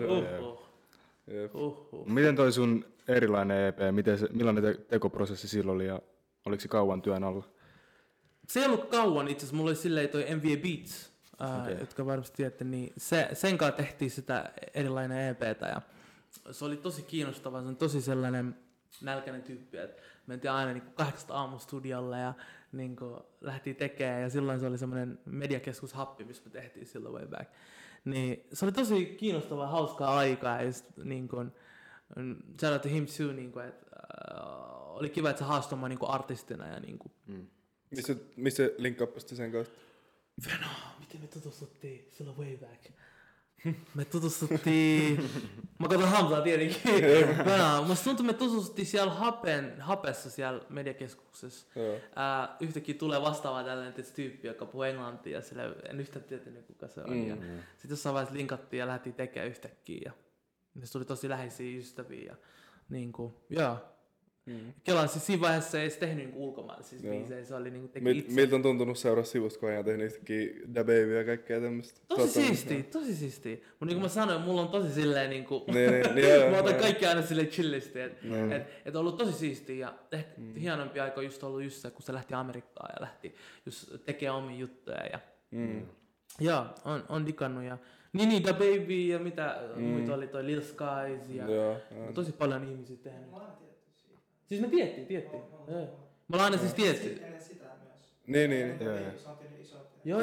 Miten toi sun erilainen EP, millainen tekoprosessi sillä oli ja oliko se kauan työn alla? Se ei ollut kauan itse asiassa, mulla oli silleen toi MVA Beats, jotka varmasti tiedätte, niin sen kanssa tehtiin sitä erilainen EPtä ja se oli tosi kiinnostavaa, se on tosi sellainen nälkäinen tyyppi, että mentiin aina niin 8 aamustudiolle ja niin lähtiin tekemään ja silloin se oli semmoinen mediakeskushappi, missä me tehtiin silloin way back. Niin se oli tosi kiinnostavaa, hauskaa aikaa ja just niin kuin, shout out to him too, niin kuin, että oli kiva, että se haastoi mua niin kuin artistina ja niin kuin. Missä linkkaappasitte sen kanssa? Veno, miten me tutustuttiin silloin way back? Me tutustuttiin, mä katson Hamzaa tietenkin. Musta tuntuu, me tutustuttiin siellä Hapessa siellä mediakeskuksessa. Yhtäkkiä tulee vastaavaa tällainen tyyppi, joka puhuu englantia ja sille en yhtään tietänyt kuka se on. Sitten jossain vaiheessa linkattiin ja lähdettiin tekemään yhtäkkiä. Ja se tuli tosi läheisiä ystäviä. Ja, niin kuin, joo. Kelaan siis siinä vaiheessa se ei edes tehnyt niinku ulkomaalaisia biisejä, se oli niinku teki itse. Miltä on tuntunut seuraa sivusta, kun ajan tehnyt yhtäkkiä Da Babyä ja kaikkea tämmöistä? Tosi siistiä. Mutta niin kuin mä sanoin, mulla on tosi silleen niinku, mä otan kaikki aina silleen chillisti. Et on ollut tosi siistiä ja ehkä hienompi aika on just ollut just se, kun se lähti Amerikkaan ja lähti just tekemään omia juttuja. Ja, joo, on digannut ja niin, Da Baby ja mitä muita oli toi Lil Skies ja tosi paljon ihmisiä tehnyt. Siis me tiedettiin. Me ollaan aina siis tiedetty. Niin. Joo.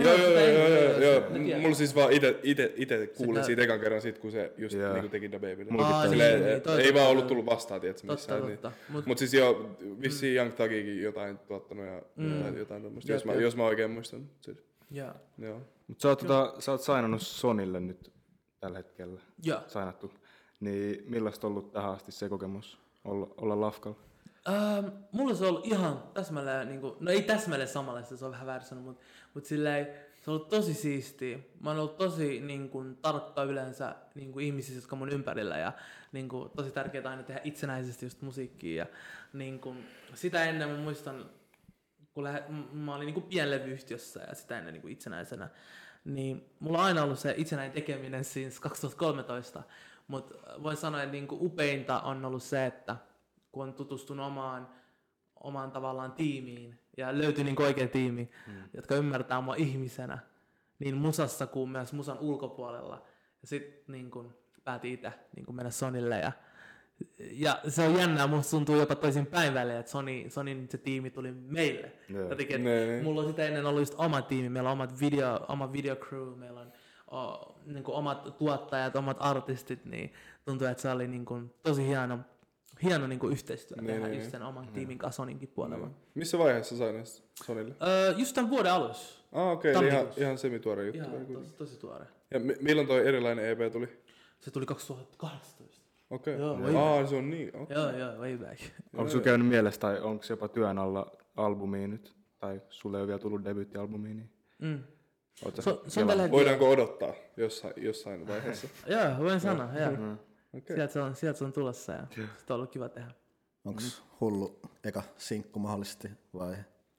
Mulla siis vaan ite kuulin siitä ekan kerran sit, kun se just niinku teki Da Babylle. Ei vaan ollut tullut vastaan, tiedätkö missään. Mut siis joo, vissiin Young Thugikin jotain tuottanut ja jotain tommoista, jos mä oikein muistan. Joo. Mut sä oot sainannut Sonylle nyt tällä hetkellä. Joo. Sainattu. Niin millaista on ollut tähän asti se kokemus olla Lafkalla? Mulla se on ollut ihan täsmälleen, niinku, no ei täsmälleen samanlaista, se on vähän väärin sanoa, mutta silleen, se on ollut tosi siistiä. Mä oon ollut tosi niinku, tarkka yleensä niinku, ihmisissä, jotka on mun ympärillä ja niinku, tosi tärkeää aina tehdä itsenäisesti just musiikkia. Ja, niinku, sitä ennen mä muistan, kun mä olin niinku, pienlevyyhtiössä ja sitä ennen niinku, itsenäisenä, niin mulla on aina ollut se itsenäinen tekeminen siis 2013, mutta voin sanoa, että niinku, upeinta on ollut se, että kun on tutustunut omaan tavallaan tiimiin ja löytyi niin oikea tiimi, jotka ymmärtää mua ihmisenä, niin musassa kuin myös musan ulkopuolella. Ja sitten niin päätin itse niin mennä Sonylle ja se on jännää, musta tuntuu jopa toisin päin väliin, että Sonyn se tiimi tuli meille. Jotenkin, mulla on sitä ennen ollut just oma tiimi, meillä on oma video crew, meillä on niin kuin omat tuottajat, omat artistit, niin tuntuu, että se oli niin kuin tosi hieno niin kuin yhteistyö tehdä just sen oman tiimin kanssa Sonynkin puolella. Missä vaiheessa sain Sonylle? Just tämän vuoden alussa. Okei, ihan semituore juttu. Joo, tosi tuore. Ja milloin toi erilainen EP tuli? Se tuli 2018. Okei. Se on niin. Okay. Joo, way back. Onko sulla käynyt mielessä tai onko jopa työn alla albumiin nyt? Tai sulle ei ole vielä tullut debyyttialbumiin? Niin... Voidaanko odottaa jossain vaiheessa? Joo, voin sanoa. Okay. Sieltä se on tulossa ja se on ollut kiva tehdä. Onko hullu eka sinkku mahdollisesti vai?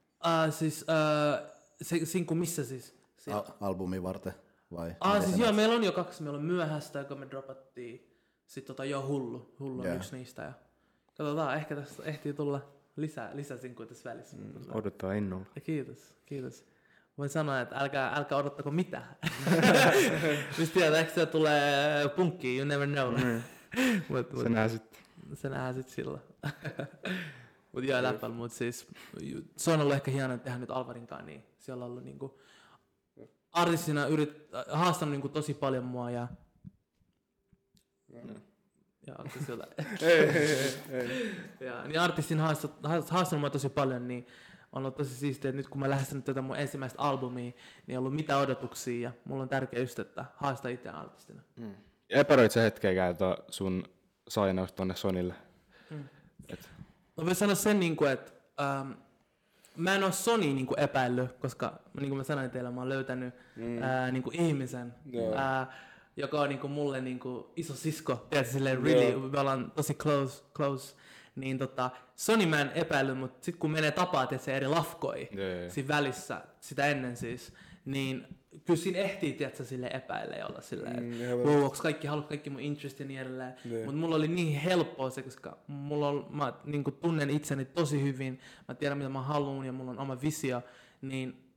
Se sinkku missä siis? Albumin varten vai? Siis joo, meillä on jo 2. Meillä on Myöhäistä, joka me dropattiin. Sitten Hullu on yksi niistä. Ja katsotaan, ehkä tästä ehtii tulla lisää sinkkuja tässä välissä. Odottaa innolla. Kiitos. Voin sanoa, että älkää odottako mitään. Mistä tiedät, ehkä se tulee punkkiin, you never know. Se nähdään sit silloin. Mut joo, läppäl, mut siis se on ollut ehkä hienoa tehdä nyt Alvarinkaan, niin siellä on ollut niinku artistina haastanut niinku tosi paljon mua ja onko se sieltä? Ei. Niin artistin haastanut mua tosi paljon, niin on ollut tosi siistiä, että nyt kun mä lähestynyt tätä mun ensimmäistä albumia, niin ei ollut mitään odotuksia ja mulla on tärkeä just, että haasta itse artistina. Epäröit sä hetkeäkään sun sainaus tonne Sonylle? Mä voin sanoa sen, että mä en ole Sony epäillyt, koska niin kuin mä sanoin teille, mä oon löytänyt ihmisen, joka on mulle iso sisko, tiedätkö, silleen really, me ollaan tosi close. Niin Sony mä en epäillyt, mutta sit kun menee tapaa, että se eri lafkoi siinä välissä, sitä ennen siis, niin kyllä siinä ehtii, tiedätkö, sille epäille ja olla silleen, onko kaikki mun interest ja niin edelleen. Mutta mulla oli niin helppoa se, koska mä tunnen itseni tosi hyvin, mä tiedän mitä mä haluan ja mulla on oma visio, niin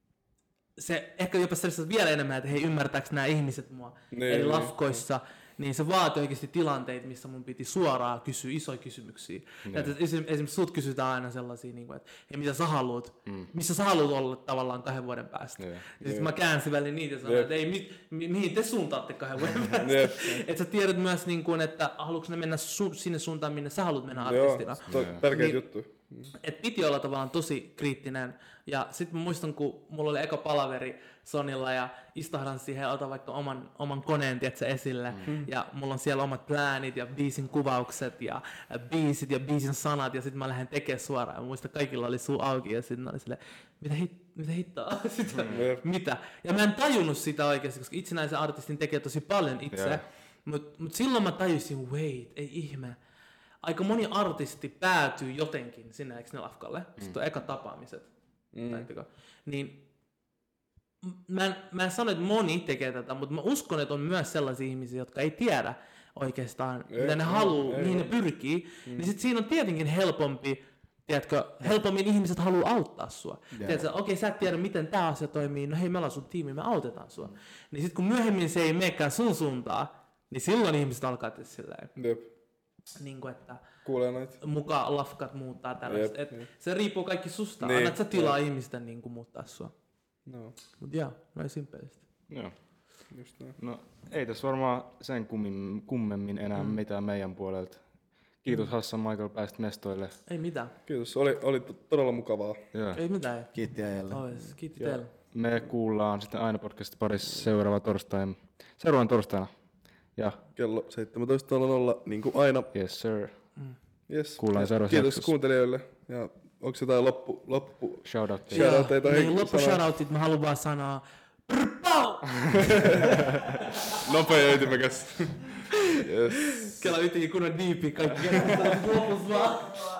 se ehkä jopa sellaista vielä enemmän, että hei, ymmärtääkö nämä ihmiset mua eri lafkoissa, niin se vaati oikeasti tilanteita, missä mun piti suoraan kysyä isoja kysymyksiä. Esimerkiksi sut kysytään aina sellaisia, että hei, mitä sä haluat? Missä sä haluat olla tavallaan 2 vuoden päästä? Ja sitten mä käänsin väliin niitä ja sanoin, että ei, mihin te suuntaatte 2 vuoden päästä? Että sä tiedät myös, että haluatko ne mennä sinne suuntaan, minne sä haluat mennä artistina. Joo, tärkeä juttu. Et piti olla tavallaan tosi kriittinen. Ja sitten mä muistan, kun mulla oli eka palaveri Sonylla ja istahdan siihen ja otan vaikka oman koneen esille. Ja mulla on siellä omat pläänit ja biisin kuvaukset ja biisit ja biisin sanat. Ja sitten mä lähden tekemään suoraan. Ja muistan, kaikilla oli suu auki ja sitten oli silleen, mitä hittoa? Mitä? Ja mä en tajunnut sitä oikeasti, koska itsenäisen artistin tekee tosi paljon itse. Mut silloin mä tajusin, wait, ei ihme. Aika moni artisti päätyy jotenkin sinne, eikö ne lafkalle? Sitten on eka tapaamiset. Niin mä en sano, että moni tekee tätä, mutta mä uskon, että on myös sellaisia ihmisiä, jotka ei tiedä oikeastaan, mitä ne haluaa, mihin ne pyrkii. Niin sit siinä on tietenkin helpommin ihmiset haluaa auttaa sua. Tiedätkö, okei, sä et tiedä, miten tää asia toimii, no hei, me ollaan sun tiimi, me autetaan sua. Niin sit kun myöhemmin se ei meekään sun suuntaan, niin silloin ihmiset alkaa tehdä silleen. Niin kuin, että mukaan lafkat muuttaa tällaista. Se riippuu kaikki susta. Annat sä tilaa ihmisten niin kuin muuttaa sua. Mut noin simpelisti. Joo. Just näin. No ei tässä varmaan sen kummemmin enää mitään meidän puolelta. Kiitos Hassan Michael, pääsit mestoille. Ei mitään. Kiitos, oli todella mukavaa. Ei mitään. Kiitti äijälle. Kiitti teille. Me kuullaan sitten aina podcastin parissa seuraavan torstaina. Ja kello 17.00 niin kuin aina. Yes sir. Yes. Kuullaan seuraavassa Kiitos kuuntelijoille. Ja onko jotain loppu shoutouteita? Niin, loppu shoutoutit mä haluan vaan sanoa nopea ja ytimekäs. Yes. Kela yhtäkin kunnon diipi kaikki. Lopussa vaan.